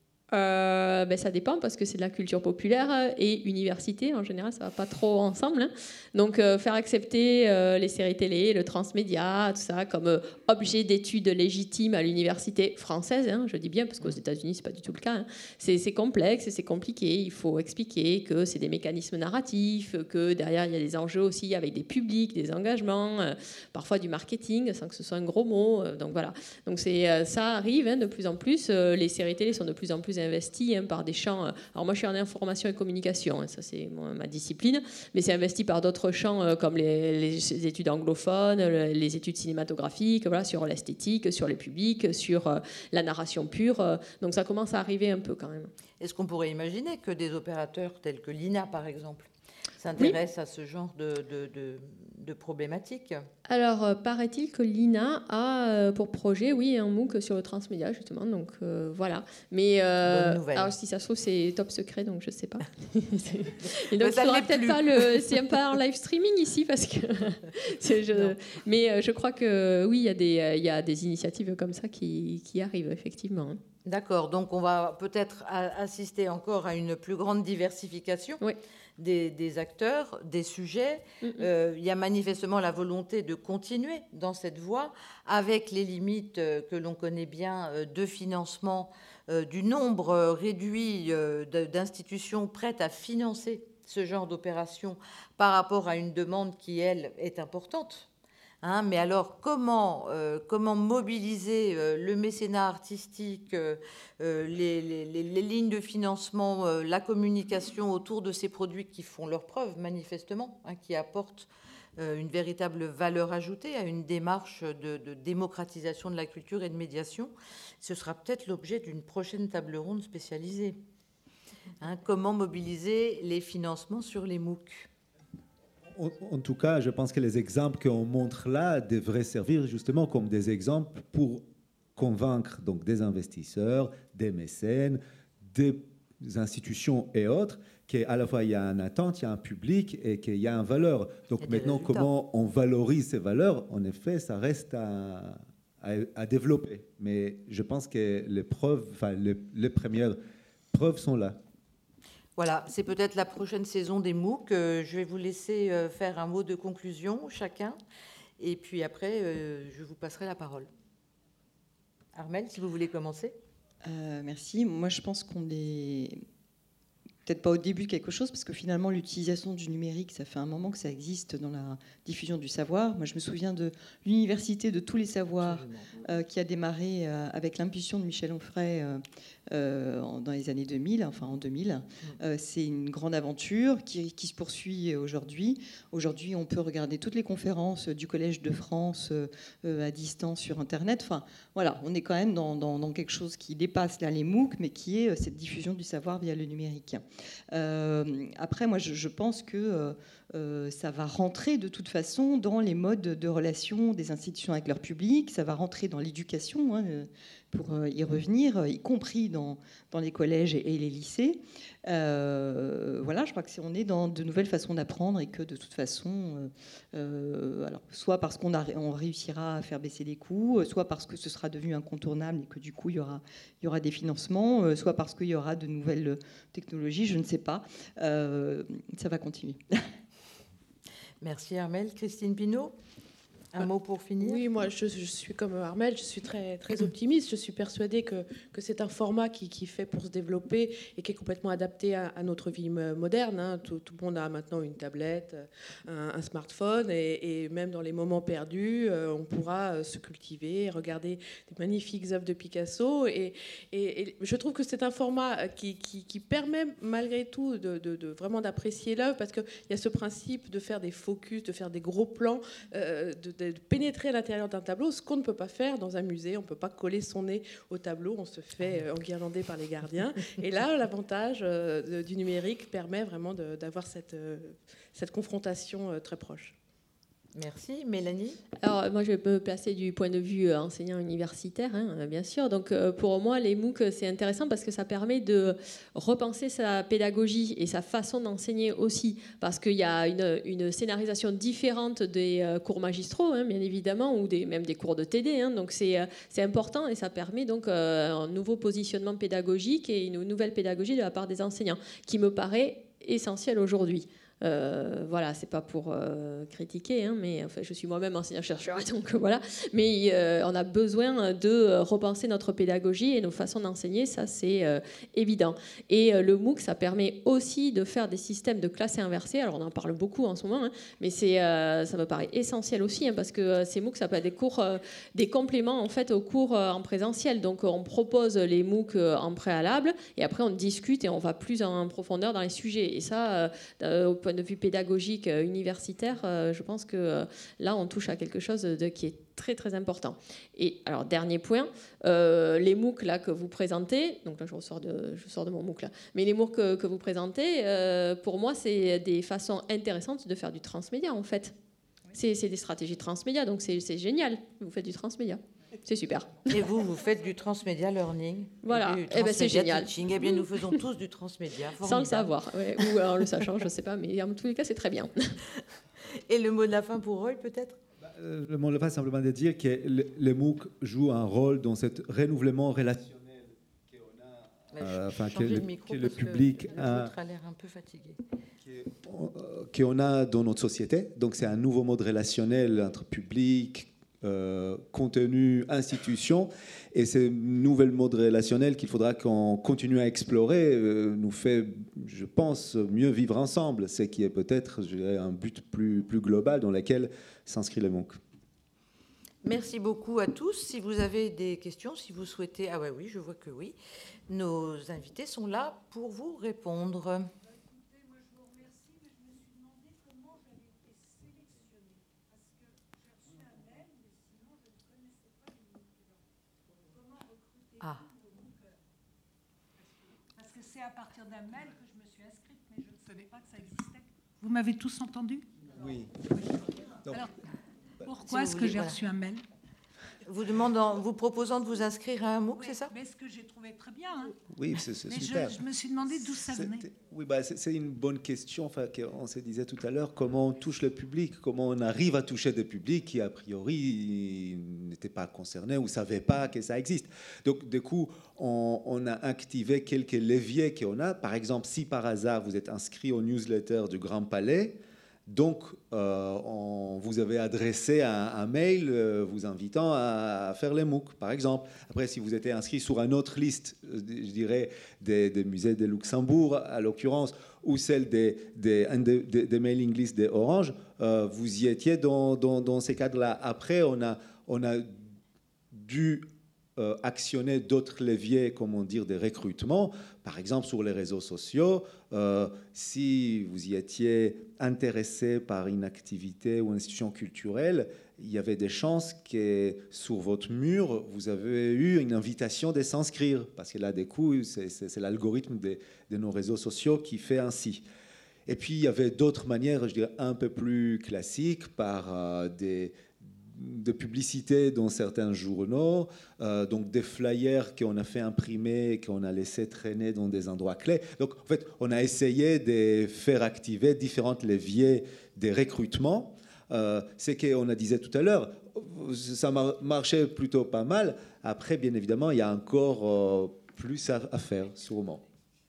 Euh, ben ça dépend parce que c'est de la culture populaire et université en général ça va pas trop ensemble hein. Donc euh, faire accepter euh, les séries télé, le transmédia, tout ça comme euh, objet d'étude légitime à l'université française hein, je dis bien parce qu'aux États-Unis c'est pas du tout le cas hein. c'est, c'est complexe, c'est compliqué, il faut expliquer que c'est des mécanismes narratifs, que derrière il y a des enjeux aussi avec des publics, des engagements, euh, parfois du marketing sans que ce soit un gros mot, euh, donc voilà, donc c'est, euh, ça arrive hein, de plus en plus, euh, les séries télé sont de plus en plus investi hein, par des champs. Alors moi, je suis en information et communication, hein, ça c'est moi, ma discipline, mais c'est investi par d'autres champs euh, comme les, les études anglophones, les études cinématographiques, voilà, sur l'esthétique, sur les publics, sur euh, la narration pure. Euh, donc ça commence à arriver un peu quand même. Est-ce qu'on pourrait imaginer que des opérateurs tels que l'I N A, par exemple, s'intéressent oui. à ce genre de, de, de, de problématiques ? Alors, euh, paraît-il que l'I N A a euh, pour projet, oui, un MOOC sur le transmédia, justement. Donc, euh, voilà. Mais, euh, alors, si ça se trouve, c'est top secret, donc je ne sais pas. Et donc, il ne faudra peut-être plus. pas le... C'est pas en live streaming ici, parce que... je... Mais euh, je crois que, oui, il y a des, il y a des initiatives comme ça qui, qui arrivent, effectivement. D'accord. Donc, on va peut-être assister encore à une plus grande diversification. Oui. Des, des acteurs, des sujets. Mm-hmm. Euh, il y a manifestement la volonté de continuer dans cette voie avec les limites euh, que l'on connaît bien euh, de financement, euh, du nombre euh, réduit euh, de, d'institutions prêtes à financer ce genre d'opération par rapport à une demande qui, elle, est importante. Hein, mais alors, comment, euh, comment mobiliser euh, le mécénat artistique, euh, les, les, les lignes de financement, euh, la communication autour de ces produits qui font leur preuve, manifestement, hein, qui apportent euh, une véritable valeur ajoutée à une démarche de, de démocratisation de la culture et de médiation. Ce sera peut-être l'objet d'une prochaine table ronde spécialisée. Hein, comment mobiliser les financements sur les MOOC ? En tout cas, je pense que les exemples qu'on montre là devraient servir justement comme des exemples pour convaincre donc des investisseurs, des mécènes, des institutions et autres qu'à la fois il y a une attente, il y a un public et qu'il y a une valeur. Donc maintenant, résultats. Comment on valorise ces valeurs, en effet, ça reste à, à, à développer. Mais je pense que les preuves, enfin les, les premières preuves sont là. Voilà, c'est peut-être la prochaine saison des MOOC. Euh, je vais vous laisser euh, faire un mot de conclusion, chacun. Et puis après, euh, je vous passerai la parole. Armelle, si vous voulez commencer. Euh, merci. Moi, je pense qu'on est peut-être pas au début de quelque chose, parce que finalement, l'utilisation du numérique, ça fait un moment que ça existe dans la diffusion du savoir. Moi, je me souviens de l'Université de tous les savoirs euh, qui a démarré euh, avec l'impulsion de Michel Onfray euh, euh, dans les années deux mille, enfin en deux mille. Euh, c'est une grande aventure qui, qui se poursuit aujourd'hui. Aujourd'hui, on peut regarder toutes les conférences du Collège de France euh, à distance sur Internet. Enfin, voilà, on est quand même dans, dans, dans quelque chose qui dépasse là les MOOC, mais qui est cette diffusion du savoir via le numérique. Euh, après, moi, je, je pense que euh, euh, ça va rentrer de toute façon dans les modes de relation des institutions avec leur public, ça va rentrer dans l'éducation, hein, pour euh, y revenir, y compris dans, dans les collèges et, et les lycées. Euh, voilà, je crois que c'est, on est dans de nouvelles façons d'apprendre et que de toute façon, euh, euh, alors, soit parce qu'on a, on réussira à faire baisser les coûts, soit parce que ce sera devenu incontournable et que du coup il y aura, il y aura des financements, euh, soit parce qu'il y aura de nouvelles technologies, je ne sais pas. Euh, ça va continuer. Merci Armelle. Christine Pinault, un mot pour finir. Oui, moi je, je suis comme Armelle, je suis très, très optimiste. Je suis persuadée que, que c'est un format qui, qui fait pour se développer et qui est complètement adapté à, à notre vie moderne. Hein. Tout, tout le monde a maintenant une tablette, un, un smartphone et, et même dans les moments perdus, euh, on pourra se cultiver, regarder des magnifiques œuvres de Picasso. Et, et, et je trouve que c'est un format qui, qui, qui permet malgré tout de, de, de vraiment d'apprécier l'œuvre, parce qu'il y a ce principe de faire des focus, de faire des gros plans, euh, de, de pénétrer à l'intérieur d'un tableau, ce qu'on ne peut pas faire dans un musée. On ne peut pas coller son nez au tableau, on se fait enguirlander par les gardiens. Et là, l'avantage du numérique permet vraiment de, d'avoir cette, cette confrontation très proche. Merci. Mélanie? Alors, moi, je vais me placer du point de vue enseignant universitaire, hein, bien sûr. Donc, pour moi, les MOOC, c'est intéressant parce que ça permet de repenser sa pédagogie et sa façon d'enseigner aussi. Parce qu'il y a une, une scénarisation différente des cours magistraux, hein, bien évidemment, ou des, même des cours de T D. Hein. Donc, c'est, c'est important et ça permet donc un nouveau positionnement pédagogique et une nouvelle pédagogie de la part des enseignants, qui me paraît essentiel aujourd'hui. Euh, voilà, c'est pas pour euh, critiquer, hein, mais enfin, je suis moi-même enseignant-chercheur, donc voilà. Mais euh, on a besoin de repenser notre pédagogie et nos façons d'enseigner, ça c'est euh, évident. Et euh, le MOOC, ça permet aussi de faire des systèmes de classe inversée. Alors on en parle beaucoup en ce moment, hein, mais c'est, euh, ça me paraît essentiel aussi, hein, parce que euh, ces MOOC, ça peut être des cours, euh, des compléments en fait aux cours euh, en présentiel. Donc on propose les MOOC euh, en préalable et après on discute et on va plus en profondeur dans les sujets. Et ça, euh, au point de vue pédagogique euh, universitaire, euh, je pense que euh, là, on touche à quelque chose de, qui est très, très important. Et alors, dernier point, euh, les MOOC là, que vous présentez, donc là, je sors de, je sors de mon MOOC là, mais les MOOC que, que vous présentez, euh, pour moi, c'est des façons intéressantes de faire du transmédia, en fait. C'est, c'est des stratégies transmédia, donc c'est, c'est génial. Vous faites du transmédia. C'est super. Et vous, vous faites du transmédia learning. Voilà, et, eh ben c'est génial. Teaching. Eh bien, nous faisons tous du transmédia. Formidable. Sans le savoir, ouais, ou en le sachant, je ne sais pas, mais en tous les cas, c'est très bien. Et le mot de la fin pour Roy, peut-être? euh, Le mot de la fin, simplement de dire que les MOOC jouent un rôle dans ce renouvellement relationnel qu'on a, euh, enfin, que le, le, que le public que le a, a l'air un peu fatigué. qu'on a dans notre société. Donc, c'est un nouveau mode relationnel entre public, Euh, contenu, institution, et ce nouvel mode relationnel qu'il faudra qu'on continue à explorer euh, nous fait, je pense, mieux vivre ensemble, ce qui est peut-être, je dirais, un but plus, plus global dans lequel s'inscrit le MOOC. Merci beaucoup à tous. Si vous avez des questions, si vous souhaitez... Ah ouais, oui, je vois que oui. Nos invités sont là pour vous répondre. Ah. Parce que c'est à partir d'un mail que je me suis inscrite, mais je ne savais pas que ça existait. Vous m'avez tous entendu? Oui. Alors, pourquoi si est-ce que j'ai voilà. reçu un mail? vous demandant, vous proposant de vous inscrire à un MOOC, Oui, c'est ça? mais ce que j'ai trouvé très bien. Hein. Oui, c'est c'est Mais super. je, je me suis demandé d'où ça venait. C'est- Oui, bah, c'est c'est une bonne question. Enfin, on se disait tout à l'heure, comment on touche le public, comment on arrive à toucher des publics qui, a priori, n'étaient pas concernés ou ne savaient pas que ça existe. Donc, du coup, on, on a activé quelques leviers qu'on a. Par exemple, si par hasard vous êtes inscrit au newsletter du Grand Palais, donc, euh, on, vous avez adressé un, un mail euh, vous invitant à, à faire les MOOC, par exemple. Après, si vous êtes inscrit sur une autre liste, euh, je dirais des, des musées de Luxembourg, à l'occurrence, ou celle des, des, des, des mailing lists des Orange, euh, vous y étiez dans, dans, dans ces cadres-là. Après, on a, on a dû euh, actionner d'autres leviers, comment dire, des recrutements. Par exemple, sur les réseaux sociaux, euh, si vous y étiez intéressé par une activité ou une institution culturelle, il y avait des chances que sur votre mur, vous avez eu une invitation de s'inscrire. Parce que là, du coup, c'est, c'est, c'est l'algorithme de, de nos réseaux sociaux qui fait ainsi. Et puis, il y avait d'autres manières, je dirais, un peu plus classiques, par euh, des... de publicité dans certains journaux, euh, donc des flyers qu'on a fait imprimer, qu'on a laissé traîner dans des endroits clés. Donc, en fait, on a essayé de faire activer différents leviers des recrutements. Euh, c'est qu'on a disait tout à l'heure, ça marchait plutôt pas mal. Après, bien évidemment, il y a encore euh, plus à, à faire, sûrement.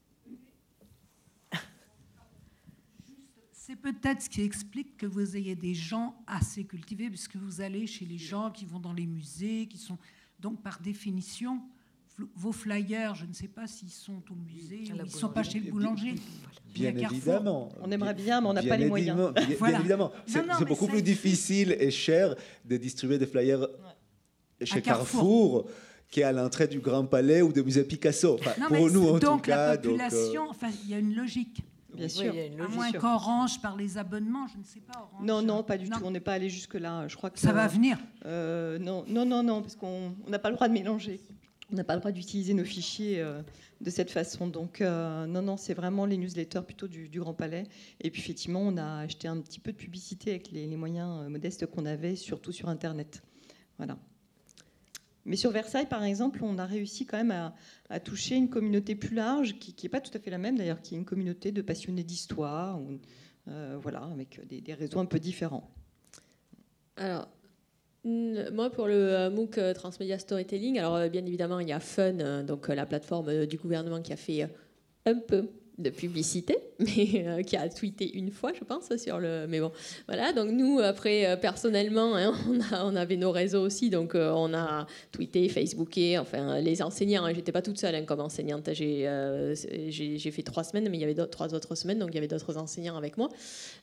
C'est peut-être ce qui explique que vous ayez des gens assez cultivés, puisque vous allez chez les gens qui vont dans les musées, qui sont donc par définition vos flyers. Je ne sais pas s'ils sont au musée ou ils ne sont pas chez le boulanger. Bien évidemment. On aimerait bien, mais on n'a pas les moyens. Bien, voilà. bien évidemment. C'est, non, non, c'est beaucoup ça... plus difficile et cher de distribuer des flyers ouais. chez Carrefour, Carrefour qu'à l'entrée du Grand Palais ou du musée Picasso. Enfin, non, pour nous, en donc, tout cas. La population, donc, euh... enfin, il y a une logique. Bien oui, sûr. Il y a une logique. À moins qu'Orange, par les abonnements, je ne sais pas. Orange, non, non, pas du non. tout. On n'est pas allé jusque-là. Je crois que ça euh, va venir. Euh, non, non, non, non, parce qu'on n'a pas le droit de mélanger. On n'a pas le droit d'utiliser nos fichiers euh, de cette façon. Donc, euh, non, non, c'est vraiment les newsletters plutôt du, du Grand Palais. Et puis, effectivement, on a acheté un petit peu de publicité avec les, les moyens modestes qu'on avait, surtout sur Internet. Voilà. Mais sur Versailles, par exemple, on a réussi quand même à, à toucher une communauté plus large, qui n'est pas tout à fait la même d'ailleurs, qui est une communauté de passionnés d'histoire, ou, euh, voilà, avec des, des réseaux un peu différents. Alors, moi, pour le MOOC Transmedia Storytelling, alors bien évidemment, il y a Fun, donc la plateforme du gouvernement qui a fait un peu de publicité, mais euh, qui a tweeté une fois, je pense, sur le... Mais bon, voilà, donc nous, après, euh, personnellement, hein, on, a, on avait nos réseaux aussi, donc euh, on a tweeté, Facebooké, enfin, les enseignants, hein, j'étais pas toute seule hein, comme enseignante, j'ai, euh, j'ai, j'ai fait trois semaines, mais il y avait d'autres, trois autres semaines, donc il y avait d'autres enseignants avec moi.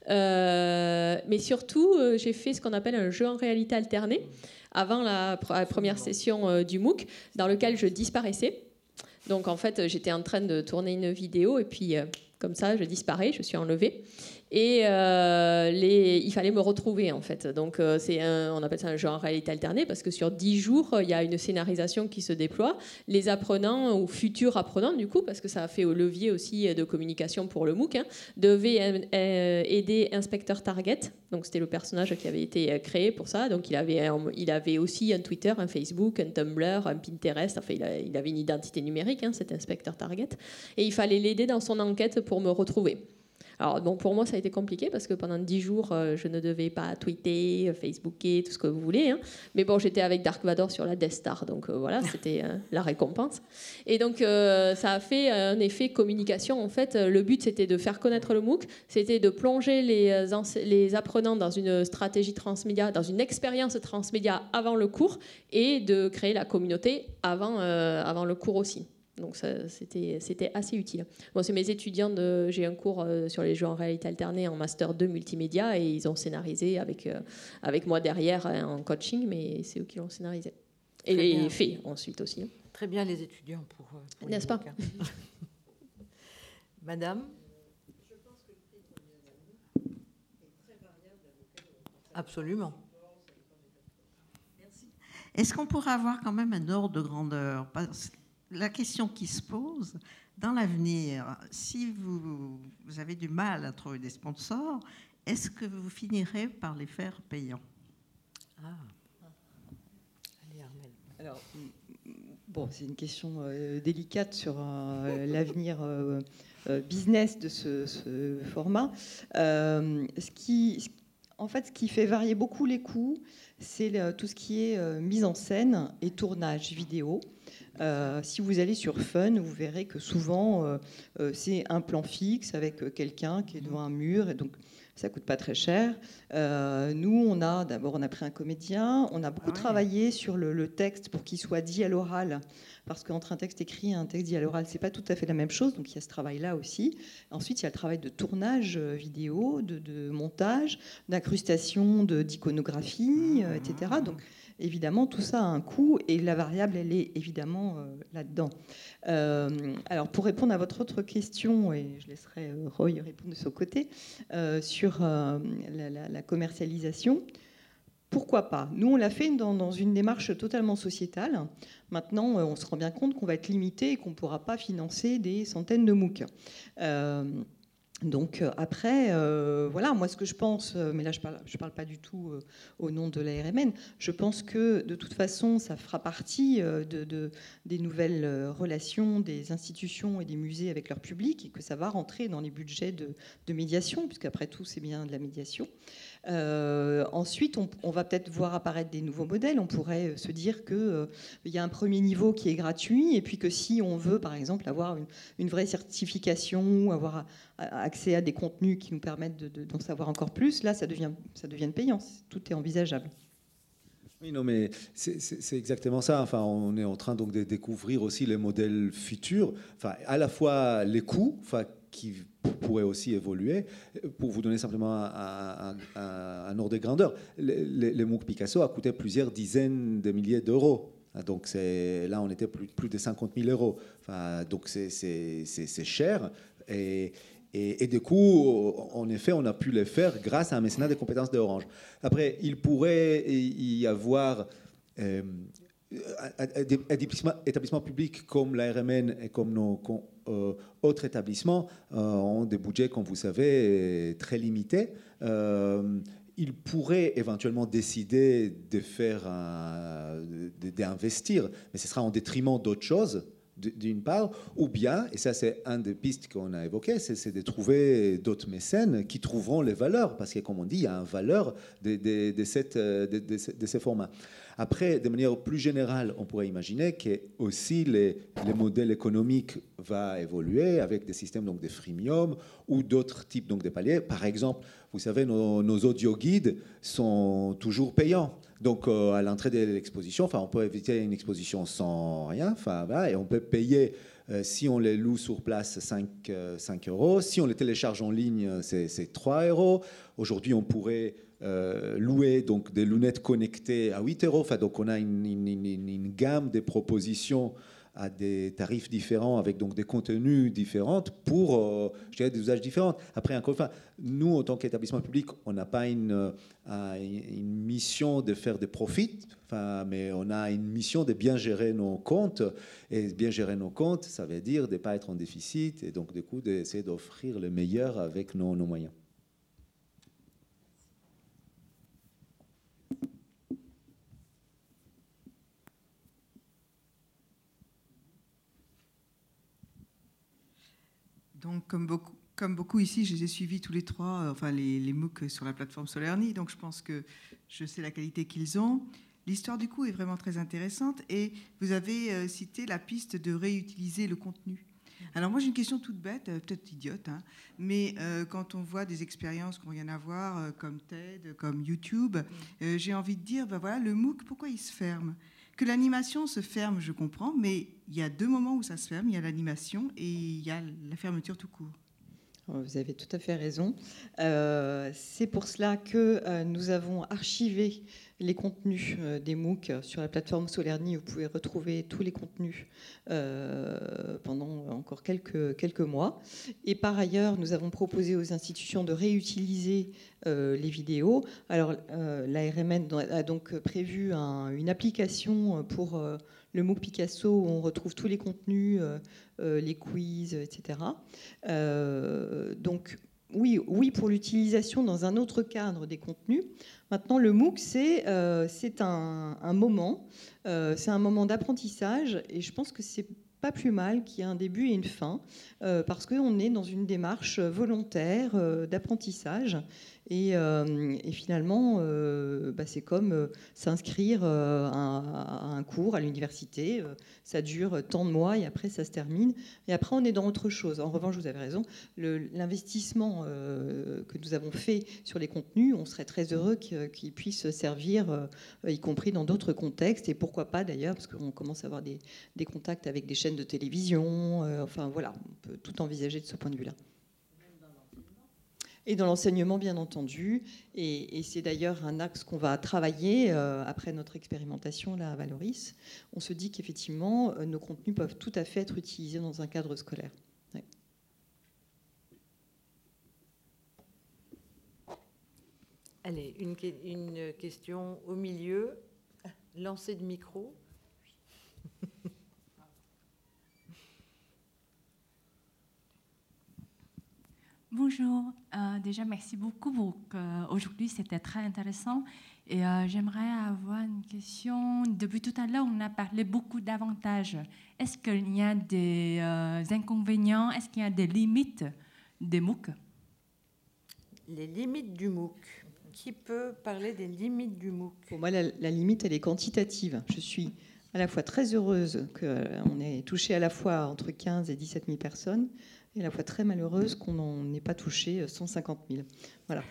Euh, mais surtout, euh, j'ai fait ce qu'on appelle un jeu en réalité alternée, avant la, pr- la première session euh, du MOOC, dans lequel je disparaissais. Donc en fait, j'étais en train de tourner une vidéo et puis euh, comme ça, je disparais, je suis enlevée. Et euh, les, il fallait me retrouver en fait. Donc euh, c'est un, on appelle ça un jeu en réalité alternée parce que sur dix jours, il y a une scénarisation qui se déploie. Les apprenants ou futurs apprenants du coup, parce que ça a fait au levier aussi de communication pour le MOOC, hein, devaient euh, aider Inspecteur Target. Donc c'était le personnage qui avait été créé pour ça. Donc il avait, il avait aussi un Twitter, un Facebook, un Tumblr, un Pinterest. Enfin il, a, il avait une identité numérique, hein, cet Inspecteur Target. Et il fallait l'aider dans son enquête pour me retrouver. Alors, bon, pour moi, ça a été compliqué parce que pendant dix jours, euh, je ne devais pas tweeter, Facebooker, tout ce que vous voulez. Hein. Mais bon, j'étais avec Dark Vador sur la Death Star, donc euh, voilà, c'était euh, la récompense. Et donc, euh, ça a fait un effet communication. En fait, le but, c'était de faire connaître le MOOC, c'était de plonger les, les apprenants dans une stratégie transmédia, dans une expérience transmédia avant le cours et de créer la communauté avant, euh, avant le cours aussi. Donc ça, c'était, c'était assez utile. Bon, c'est mes étudiants, de, j'ai un cours euh, sur les jeux en réalité alternée en Master deux multimédia et ils ont scénarisé avec, euh, avec moi derrière hein, en coaching, mais c'est eux qui l'ont scénarisé. Et Très les bien. Faits ensuite aussi. Hein. Très bien les étudiants pour... pour N'est-ce pas Madame Je pense que le prix de est très variable à Absolument. Merci. Est-ce qu'on pourrait avoir quand même un ordre de grandeur ? La question qui se pose, dans l'avenir, si vous, vous avez du mal à trouver des sponsors, est-ce que vous finirez par les faire payants ? Ah. Allez, Arnaud. Alors, bon, c'est une question euh, délicate sur euh, l'avenir euh, euh, business de ce, ce format. Euh, ce qui, en fait, ce qui fait varier beaucoup les coûts, c'est le, tout ce qui est euh, mise en scène et tournage vidéo. Euh, si vous allez sur Fun, vous verrez que souvent, euh, euh, c'est un plan fixe avec quelqu'un qui est devant un mur, et donc ça coûte pas très cher. Euh, nous, on a d'abord, on a pris un comédien, on a beaucoup Ah ouais. travaillé sur le, le texte pour qu'il soit dit à l'oral, parce qu'entre un texte écrit et un texte dit à l'oral, c'est pas tout à fait la même chose, donc il y a ce travail-là aussi. Ensuite, il y a le travail de tournage vidéo, de, de montage, d'incrustation, de, d'iconographie, euh, et cetera. Donc, évidemment, tout ça a un coût et la variable, elle est évidemment euh, là-dedans. Euh, alors, pour répondre à votre autre question, et je laisserai euh, Roy répondre de son côté, euh, sur euh, la, la, la commercialisation, pourquoi pas? Nous, on l'a fait dans, dans une démarche totalement sociétale. Maintenant, euh, on se rend bien compte qu'on va être limité et qu'on ne pourra pas financer des centaines de MOOC. Euh, Donc après, euh, voilà, moi ce que je pense, mais là je ne parle, je parle pas du tout euh, au nom de l'A R M N, je pense que de toute façon ça fera partie euh, de, de, des nouvelles relations des institutions et des musées avec leur public et que ça va rentrer dans les budgets de, de médiation, puisqu'après tout c'est bien de la médiation. Euh, ensuite, on, on va peut-être voir apparaître des nouveaux modèles. On pourrait se dire qu'il euh, y a un premier niveau qui est gratuit et puis que si on veut, par exemple, avoir une, une vraie certification, avoir accès à des contenus qui nous permettent de, de, d'en savoir encore plus, là, ça devient, ça devient payant. Tout est envisageable. Oui, non, mais c'est, c'est, c'est exactement ça. Enfin, on est en train donc de découvrir aussi les modèles futurs. Enfin, à la fois les coûts, enfin, qui pourraient aussi évoluer. Pour vous donner simplement un, un, un, un ordre de grandeur, les, les, les MOOC Picasso a coûté plusieurs dizaines de milliers d'euros. Donc c'est, là, on était plus, plus de cinquante mille euros. Enfin, donc c'est, c'est, c'est, c'est cher. Et, et, et du coup, en effet, on a pu les faire grâce à un mécénat des compétences d'Orange. Après, il pourrait y avoir euh, des établissements, établissements publics comme l'A R M N et comme nos comme, euh, autres établissements euh, ont des budgets, comme vous savez, très limités. Euh, ils pourraient éventuellement décider de faire un, de, d'investir, mais ce sera en détriment d'autres choses, d'une part, ou bien, et ça c'est un des pistes qu'on a évoquées, c'est, c'est de trouver d'autres mécènes qui trouveront les valeurs, parce que comme on dit, il y a une valeur de, de, de, cette, de, de, de ces formats. Après, de manière plus générale, on pourrait imaginer que aussi les, les modèles économiques vont évoluer avec des systèmes donc de freemium ou d'autres types donc de paliers. Par exemple, vous savez, nos, nos audio-guides sont toujours payants. Donc, euh, à l'entrée de l'exposition, enfin, on peut éviter une exposition sans rien, enfin, voilà, et on peut payer, euh, si on les loue sur place, cinq euros. Si on les télécharge en ligne, c'est, c'est trois euros. Aujourd'hui, on pourrait euh, louer donc, des lunettes connectées à huit euros. Enfin, donc, on a une, une, une, une gamme de propositions à des tarifs différents, avec donc des contenus différents pour euh, je dirais, des usages différents. Après, encore une fois, nous, en tant qu'établissement public, on n'a pas une, euh, une mission de faire des profits, enfin, mais on a une mission de bien gérer nos comptes. Et bien gérer nos comptes, ça veut dire de ne pas être en déficit et donc, du coup, d'essayer d'offrir le meilleur avec nos, nos moyens. Donc, comme beaucoup, comme beaucoup ici, je les ai suivis tous les trois, euh, enfin les, les MOOC sur la plateforme Solerny, donc je pense que je sais la qualité qu'ils ont. L'histoire du coup est vraiment très intéressante et vous avez euh, cité la piste de réutiliser le contenu. Alors moi j'ai une question toute bête, euh, peut-être idiote, hein, mais euh, quand on voit des expériences qui n'ont rien à voir, euh, comme TED, comme YouTube, euh, j'ai envie de dire, ben voilà, le MOOC, pourquoi il se ferme ? Que l'animation se ferme, je comprends, mais il y a deux moments où ça se ferme. Il y a l'animation et il y a la fermeture tout court. Vous avez tout à fait raison. Euh, c'est pour cela que euh, nous avons archivé les contenus euh, des MOOC sur la plateforme Solerny. Vous pouvez retrouver tous les contenus euh, pendant encore quelques, quelques mois. Et par ailleurs, nous avons proposé aux institutions de réutiliser euh, les vidéos. Alors, euh, l'A R M N a donc prévu un, une application pour euh, le MOOC Picasso où on retrouve tous les contenus, euh, euh, les quiz, et cetera. Euh, donc, oui, oui pour l'utilisation dans un autre cadre des contenus. Maintenant, le MOOC, c'est euh, c'est un, un moment, euh, c'est un moment d'apprentissage, et je pense que c'est pas plus mal qu'il y ait un début et une fin, euh, parce qu'on est dans une démarche volontaire euh, d'apprentissage. Et, euh, et finalement, euh, bah, c'est comme euh, s'inscrire euh, à, à un cours à l'université. Euh, ça dure tant de mois et après, ça se termine. Et après, on est dans autre chose. En revanche, vous avez raison, le, l'investissement euh, que nous avons fait sur les contenus, on serait très heureux qu'il puisse servir, euh, y compris dans d'autres contextes. Et pourquoi pas, d'ailleurs, parce qu'on commence à avoir des, des contacts avec des chaînes de télévision. Euh, enfin, voilà, on peut tout envisager de ce point de vue-là. Et dans l'enseignement, bien entendu. Et, et c'est d'ailleurs un axe qu'on va travailler euh, après notre expérimentation là, à Valoris. On se dit qu'effectivement, euh, nos contenus peuvent tout à fait être utilisés dans un cadre scolaire. Ouais. Allez, une, une question au milieu. Lancer de micro. Bonjour, euh, déjà merci beaucoup pour euh, aujourd'hui, c'était très intéressant et euh, j'aimerais avoir une question. Depuis tout à l'heure, on a parlé beaucoup d'avantages. Est-ce qu'il y a des euh, inconvénients, est-ce qu'il y a des limites des MOOC? Les limites du MOOC. Qui peut parler des limites du MOOC? Pour moi, la, la limite, elle est quantitative. Je suis à la fois très heureuse qu'on ait touché à la fois entre quinze et dix-sept mille personnes, et à la fois très malheureuse qu'on n'en ait pas touché cent cinquante mille. Voilà.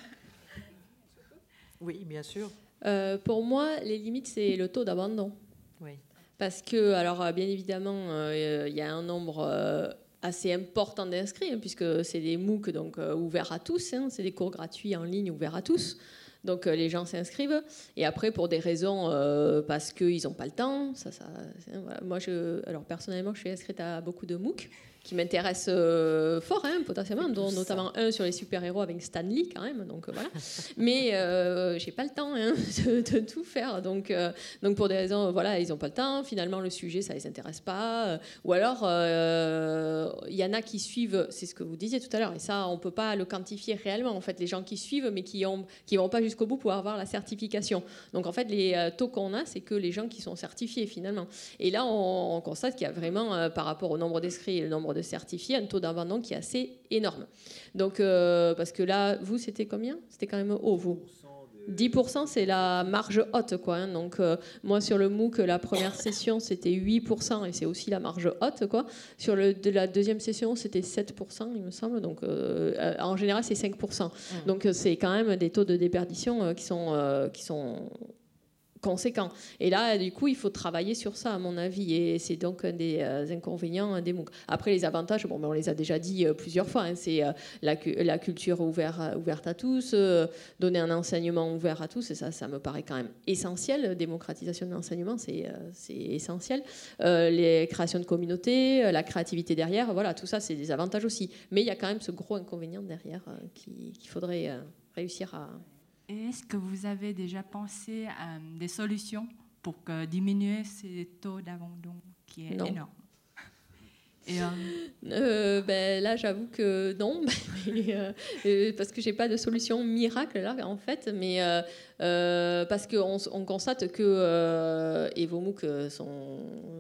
Oui, bien sûr. Euh, pour moi, les limites, c'est le taux d'abandon. Oui. Parce que, alors, bien évidemment, euh, il y a un nombre euh, assez important d'inscrits, hein, puisque c'est des MOOC donc, euh, ouverts à tous, hein, c'est des cours gratuits en ligne ouverts à tous. Donc, euh, les gens s'inscrivent. Et après, pour des raisons, euh, parce qu'ils n'ont pas le temps, ça, ça, voilà. Moi, je, alors, personnellement, je suis inscrite à beaucoup de MOOC qui m'intéressent euh, fort, hein, potentiellement, dont notamment un sur les super-héros avec Stan Lee, quand même. Donc, euh, voilà. Mais euh, j'ai pas le temps hein, de, de tout faire. Donc, euh, donc, pour des raisons, voilà, ils n'ont pas le temps. Finalement, le sujet, ça les intéresse pas. Ou alors, il euh, y en a qui suivent, c'est ce que vous disiez tout à l'heure, et ça, on peut pas le quantifier réellement. En fait, les gens qui suivent, mais qui ont, qui vont pas jusqu'au bout pour avoir la certification. Donc, en fait, les euh, taux qu'on a, c'est que les gens qui sont certifiés, finalement. Et là, on, on constate qu'il y a vraiment, euh, par rapport au nombre d'inscrits et le nombre de certifiés, un taux d'abandon qui est assez énorme. Donc, euh, parce que là, vous, c'était combien? C'était quand même haut, vous. dix pour cent, c'est la marge haute, quoi. Hein. Donc, euh, moi, sur le MOOC, la première session, c'était huit pour cent, et c'est aussi la marge haute, quoi. Sur le, de la deuxième session, c'était sept pour cent, il me semble. Donc, euh, en général, c'est cinq pour cent. Mmh. Donc, c'est quand même des taux de déperdition euh, qui sont... Euh, qui sont conséquent. Et là, du coup, il faut travailler sur ça, à mon avis. Et c'est donc un des euh, inconvénients des MOOC. Après, les avantages, bon, mais on les a déjà dit euh, plusieurs fois. Hein, c'est euh, la, la culture ouverte, ouverte à tous, euh, donner un enseignement ouvert à tous. Et ça, ça me paraît quand même essentiel. Démocratisation de l'enseignement, c'est, euh, c'est essentiel. Euh, les créations de communautés, euh, la créativité derrière, voilà, tout ça, c'est des avantages aussi. Mais il y a quand même ce gros inconvénient derrière euh, qui, qu'il faudrait euh, réussir à... Et est-ce que vous avez déjà pensé à des solutions pour que diminuer ces taux d'abandon qui est non. énorme? Et, euh... Euh, ben, là, j'avoue que non, mais, euh, parce que j'ai pas de solution miracle là, en fait. Mais euh, euh, parce qu'on on constate que euh, et vos MOOC sont,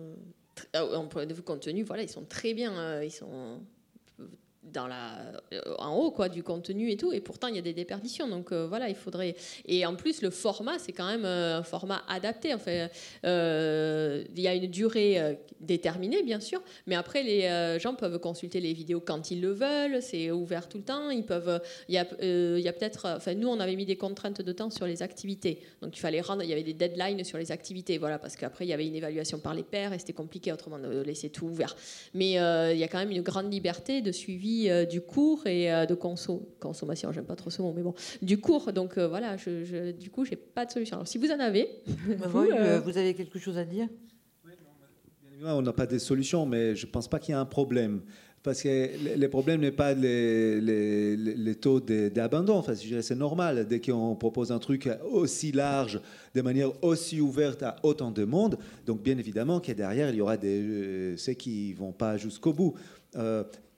en point de vue contenu, voilà, ils sont très bien, euh, ils sont dans la, en haut quoi, du contenu et tout, et pourtant il y a des déperditions, donc euh, voilà, il faudrait, et en plus le format c'est quand même un format adapté, enfin, euh, il y a une durée euh, déterminée bien sûr, mais après les euh, gens peuvent consulter les vidéos quand ils le veulent, c'est ouvert tout le temps, ils peuvent, il y a, euh, il y a peut-être, enfin nous on avait mis des contraintes de temps sur les activités, donc il fallait rendre, il y avait des deadlines sur les activités, voilà, parce qu'après il y avait une évaluation par les pairs et c'était compliqué autrement de laisser tout ouvert, mais euh, il y a quand même une grande liberté de suivi du cours et de conso- consommation, j'aime pas trop ce mot, mais bon, du cours. Donc euh, voilà, je, je, du coup, j'ai pas de solution. Alors si vous en avez, vous, oui, euh... vous avez quelque chose à dire? Oui, non, on n'a pas de solution, mais je pense pas qu'il y ait un problème. Parce que le problème n'est pas les, les, les taux d'abandon. Enfin, je dirais, c'est normal. Dès qu'on propose un truc aussi large, de manière aussi ouverte à autant de monde, donc bien évidemment que derrière, il y aura des, ceux qui ne vont pas jusqu'au bout. Euh,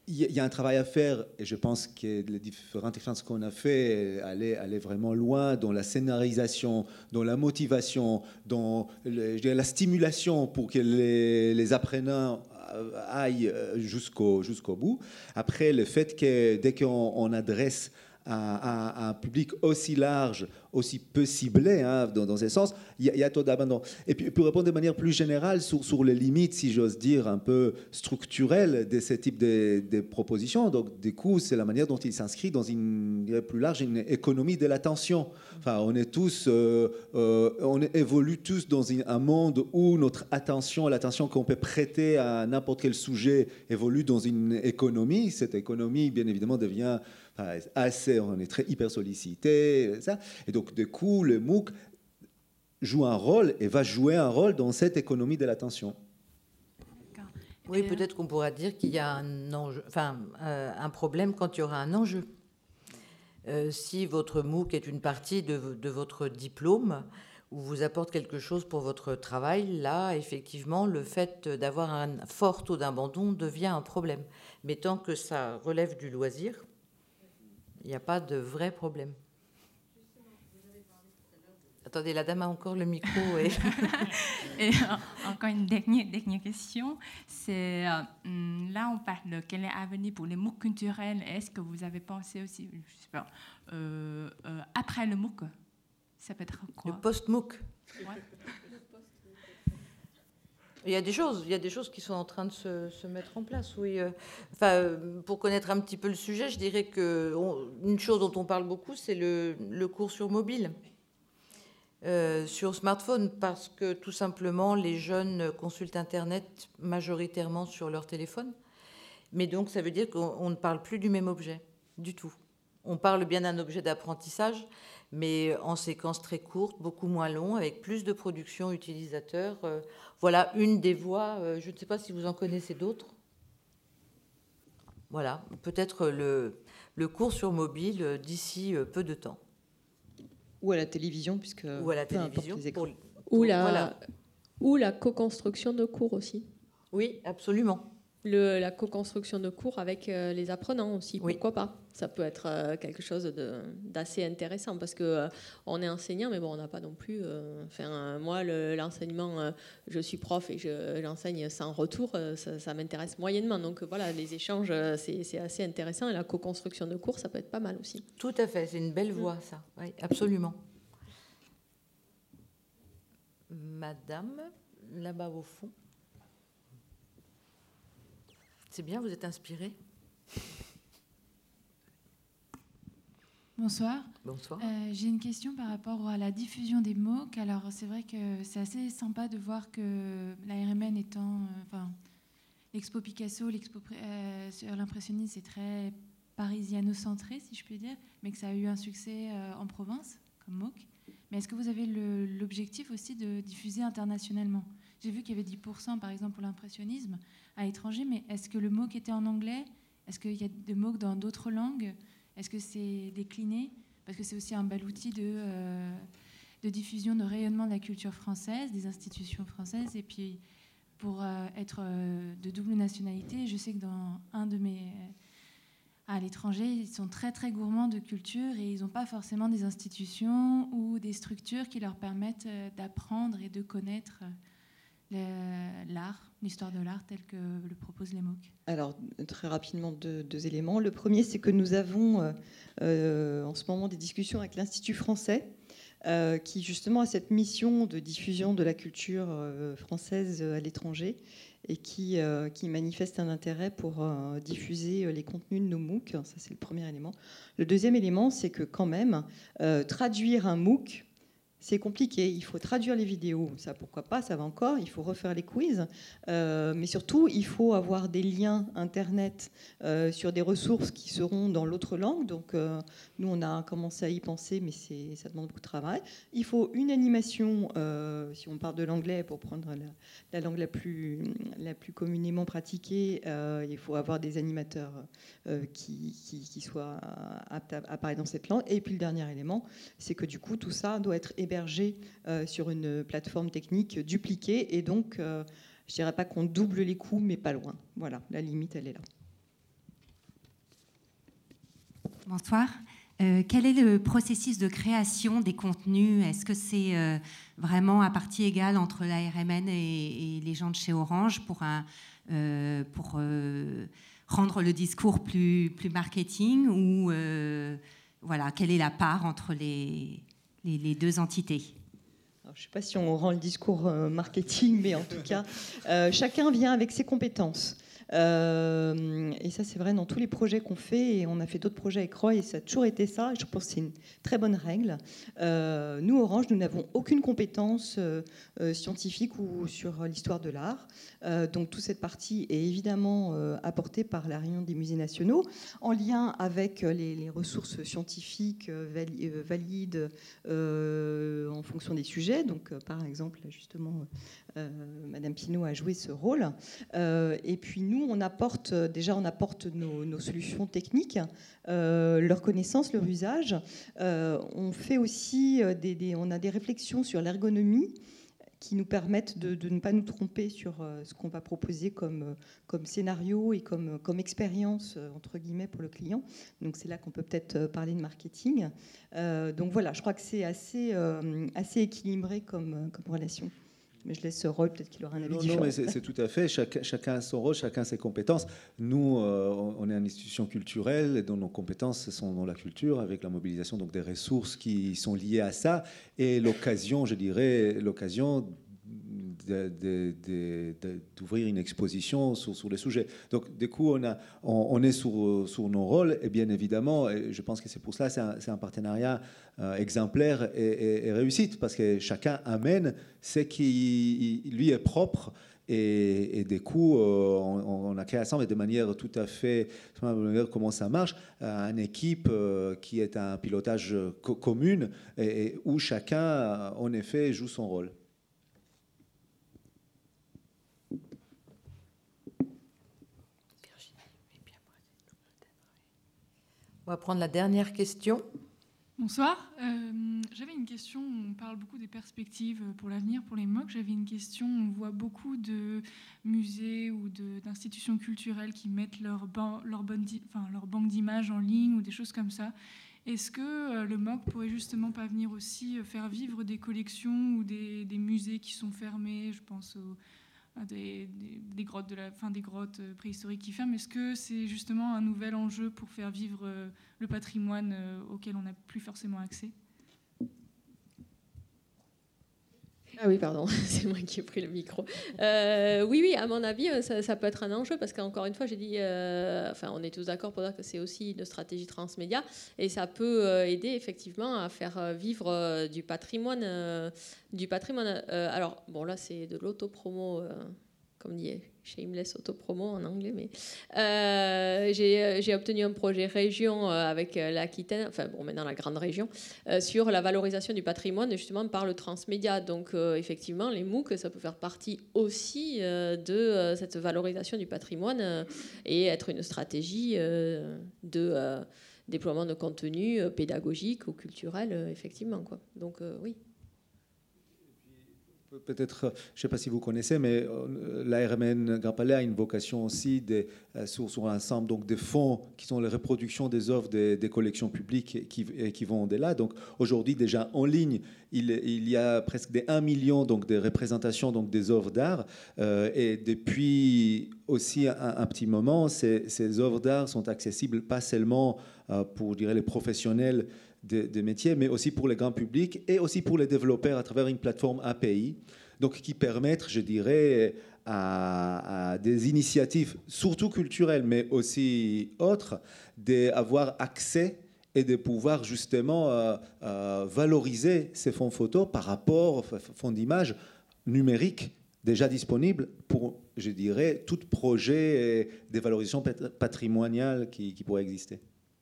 il y a un travail à faire, et je pense que les différentes expériences qu'on a fait allaient, allaient vraiment loin dans la scénarisation, dans la motivation, dans le, je dirais, la stimulation pour que les, les apprenants aillent jusqu'au, jusqu'au bout. Après, le fait que dès qu'on on adresse à, à, à un public aussi large, aussi peu ciblé, hein, dans, dans ce sens, il y, y a taux d'abandon. Et puis, pour répondre de manière plus générale sur, sur les limites, si j'ose dire, un peu structurelles de ce type de, de propositions, donc du coup, c'est la manière dont il s'inscrit dans une plus large une économie de l'attention. Enfin, on est tous, euh, euh, on évolue tous dans une, un monde où notre attention, l'attention qu'on peut prêter à n'importe quel sujet évolue dans une économie. Cette économie, bien évidemment, devient assez, on est très hyper sollicité, ça. Et donc, du coup, le MOOC joue un rôle et va jouer un rôle dans cette économie de l'attention. Oui, peut-être qu'on pourra dire qu'il y a un enjeu, enfin, euh, un problème quand il y aura un enjeu. Euh, si votre MOOC est une partie de, de votre diplôme ou vous apporte quelque chose pour votre travail, là, effectivement, le fait d'avoir un fort taux d'abandon devient un problème. Mais tant que ça relève du loisir, il n'y a pas de vrai problème. Attendez, la dame a encore le micro. Et, et encore une dernière, dernière question. C'est, euh, là, on parle de quel est l'avenir pour les MOOC culturels. Est-ce que vous avez pensé aussi, je sais pas, euh, euh, après le MOOC, ça peut être quoi? Le post-MOOC. Ouais. Il y a des choses, il y a des choses qui sont en train de se, se mettre en place, oui. Enfin, pour connaître un petit peu le sujet, je dirais que on, une chose dont on parle beaucoup, c'est le, le cours sur mobile, euh, sur smartphone, parce que tout simplement, les jeunes consultent Internet majoritairement sur leur téléphone. Mais donc, ça veut dire qu'on ne parle plus du même objet, du tout. On parle bien d'un objet d'apprentissage, mais en séquence très courte, beaucoup moins long, avec plus de production utilisateur. Euh, voilà une des voies. Euh, je ne sais pas si vous en connaissez d'autres. Voilà, peut-être le, le cours sur mobile euh, d'ici euh, peu de temps. Ou à la télévision, puisque ou à la télévision, les pour, ou pour, la voilà. ou la co-construction de cours aussi. Oui, absolument. Le, la co-construction de cours avec euh, les apprenants aussi, oui. Pourquoi pas? Ça peut être euh, quelque chose de, d'assez intéressant parce que euh, on est enseignant, mais bon, on n'a pas non plus. Euh, enfin, euh, moi, le, l'enseignement, euh, je suis prof et je, j'enseigne sans retour, euh, ça, ça m'intéresse moyennement. Donc voilà, les échanges, euh, c'est, c'est assez intéressant et la co-construction de cours, ça peut être pas mal aussi. Tout à fait, c'est une belle voie, mmh. ça. Oui, absolument. Madame, là-bas au fond. C'est bien, vous êtes inspirée. Bonsoir. Bonsoir. Euh, j'ai une question par rapport à la diffusion des MOOC. Alors, c'est vrai que c'est assez sympa de voir que la R M N étant... Euh, enfin, l'Expo Picasso, l'Expo euh, sur l'impressionnisme, c'est très parisiano-centré, si je puis dire, mais que ça a eu un succès euh, en province, comme MOOC. Mais est-ce que vous avez le, l'objectif aussi de diffuser internationalement? J'ai vu qu'il y avait dix pour cent, par exemple, pour l'impressionnisme à l'étranger, mais est-ce que le MOOC était en anglais? Est-ce qu'il y a des MOOC dans d'autres langues? Est-ce que c'est décliné? Parce que c'est aussi un bel outil de, euh, de diffusion, de rayonnement de la culture française, des institutions françaises. Et puis, pour euh, être euh, de double nationalité, je sais que dans un de mes... à l'étranger, ils sont très, très gourmands de culture et ils n'ont pas forcément des institutions ou des structures qui leur permettent euh, d'apprendre et de connaître le, l'art, l'histoire de l'art telle que le proposent les MOOC. Alors, très rapidement, deux, deux éléments. Le premier, c'est que nous avons euh, euh, en ce moment des discussions avec l'Institut français euh, qui, justement, a cette mission de diffusion de la culture euh, française à l'étranger et qui, euh, qui manifeste un intérêt pour euh, diffuser les contenus de nos MOOC. Ça, c'est le premier élément. Le deuxième élément, c'est que quand même, euh, traduire un MOOC, c'est compliqué, il faut traduire les vidéos, ça pourquoi pas, ça va encore, il faut refaire les quiz, euh, mais surtout il faut avoir des liens internet euh, sur des ressources qui seront dans l'autre langue, donc euh, nous on a commencé à y penser, mais c'est, ça demande beaucoup de travail. Il faut une animation, euh, si on parle de l'anglais, pour prendre la, la langue la plus, la plus communément pratiquée, euh, il faut avoir des animateurs euh, qui, qui, qui soient aptes à apparaître dans cette langue, et puis le dernier élément, c'est que du coup tout ça doit être hébergé euh, sur une plateforme technique dupliquée et donc euh, je dirais pas qu'on double les coûts mais pas loin. Voilà, la limite elle est là. Bonsoir. Euh, quel est le processus de création des contenus? Est-ce que c'est euh, vraiment à partie égale entre l'A R M N et, et les gens de chez Orange pour, un, euh, pour euh, rendre le discours plus, plus marketing ou euh, voilà, quelle est la part entre les, les, les deux entités? Alors, je ne sais pas si on rend le discours euh, marketing, mais en tout cas, euh, chacun vient avec ses compétences. Euh, et ça, c'est vrai dans tous les projets qu'on fait. Et on a fait d'autres projets avec Roy et ça a toujours été ça. Je pense que c'est une très bonne règle. Euh, nous, Orange, nous n'avons aucune compétence euh, euh, scientifique ou sur l'histoire de l'art. Euh, donc, toute cette partie est évidemment euh, apportée par la Réunion des musées nationaux en lien avec les, les ressources scientifiques euh, vali- euh, valides euh, en fonction des sujets. Donc, euh, par exemple, justement, euh, Madame Pinault a joué ce rôle. Euh, et puis, nous, on apporte, déjà, on apporte nos, nos solutions techniques, euh, leur connaissance, leur usage. Euh, on fait aussi des, des, on a des réflexions sur l'ergonomie qui nous permettent de, de ne pas nous tromper sur ce qu'on va proposer comme, comme scénario et comme, comme expérience, entre guillemets, pour le client. Donc, c'est là qu'on peut peut-être parler de marketing. Euh, donc, voilà, je crois que c'est assez, euh, assez équilibré comme, comme relation. Mais je laisse Roy, peut-être qu'il aura un avis non, différent. Non, mais c'est, c'est tout à fait. Chacun, chacun a son rôle, chacun ses compétences. Nous, euh, on est une institution culturelle et dont nos compétences sont dans la culture, avec la mobilisation donc, des ressources qui sont liées à ça. Et l'occasion, je dirais, l'occasion de, de, de, de, d'ouvrir une exposition sur, sur les sujets. Donc, du coup, on, a, on, on est sur, sur nos rôles. Et bien évidemment, et je pense que c'est pour cela, c'est un, c'est un partenariat euh, exemplaire et, et, et réussite, parce que chacun amène ce qui lui est propre. Et, et du coup, euh, on, on a créé ensemble de manière tout à fait, comment ça marche, une équipe euh, qui est un pilotage co- commun et, et où chacun, en effet, joue son rôle. On va prendre la dernière question. Bonsoir. Euh, j'avais une question. On parle beaucoup des perspectives pour l'avenir, pour les M O C. J'avais une question. On voit beaucoup de musées ou de, d'institutions culturelles qui mettent leur, ban, leur, bonne, enfin, leur banque d'images en ligne ou des choses comme ça. Est-ce que euh, le M O C pourrait justement pas venir aussi faire vivre des collections ou des, des musées qui sont fermés? Je pense aux Des, des, des grottes de la fin des grottes préhistoriques qui ferment. Est-ce que c'est justement un nouvel enjeu pour faire vivre euh, le patrimoine euh, auquel on n'a plus forcément accès? Ah oui, pardon, c'est moi qui ai pris le micro. Euh, oui, oui, à mon avis, ça, ça peut être un enjeu parce qu'encore une fois, j'ai dit, euh, enfin, on est tous d'accord pour dire que c'est aussi une stratégie transmédia et ça peut euh, aider effectivement à faire vivre euh, du patrimoine, euh, du patrimoine. Euh, alors, bon, là, c'est de l'autopromo, euh, comme dit Shameless autopromo en anglais, mais euh, j'ai, j'ai obtenu un projet région avec l'Aquitaine, enfin bon, maintenant la grande région, euh, sur la valorisation du patrimoine justement par le transmédia. Donc euh, effectivement, les M O C, ça peut faire partie aussi euh, de euh, cette valorisation du patrimoine euh, et être une stratégie euh, de euh, déploiement de contenu euh, pédagogique ou culturel, euh, effectivement, quoi. Donc euh, oui. Peut-être, je ne sais pas si vous connaissez, mais l'A R M N Grand Palais a une vocation aussi de, sur, sur l'ensemble donc des fonds qui sont les reproductions des œuvres des, des collections publiques qui, qui vont au-delà. Donc aujourd'hui, déjà en ligne, il, il y a presque des un million donc, de représentations donc, des œuvres d'art. Euh, et depuis aussi un, un petit moment, ces, ces œuvres d'art sont accessibles pas seulement euh, pour je dirais, les professionnels Des, des métiers, mais aussi pour le grand public et aussi pour les développeurs à travers une plateforme A P I, donc qui permettent, je dirais, à, à des initiatives, surtout culturelles, mais aussi autres, d'avoir accès et de pouvoir justement euh, euh, valoriser ces fonds photos par rapport aux fonds d'images numériques déjà disponibles pour, je dirais, tout projet de valorisation patrimoniale qui, qui pourrait exister.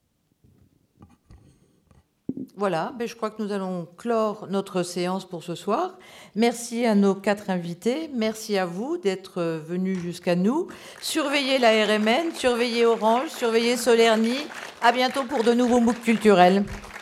Voilà, ben je crois que nous allons clore notre séance pour ce soir. Merci à nos quatre invités. Merci à vous d'être venus jusqu'à nous. Surveillez l'A R M N, surveillez Orange, surveillez Solerny. À bientôt pour de nouveaux M O C culturels.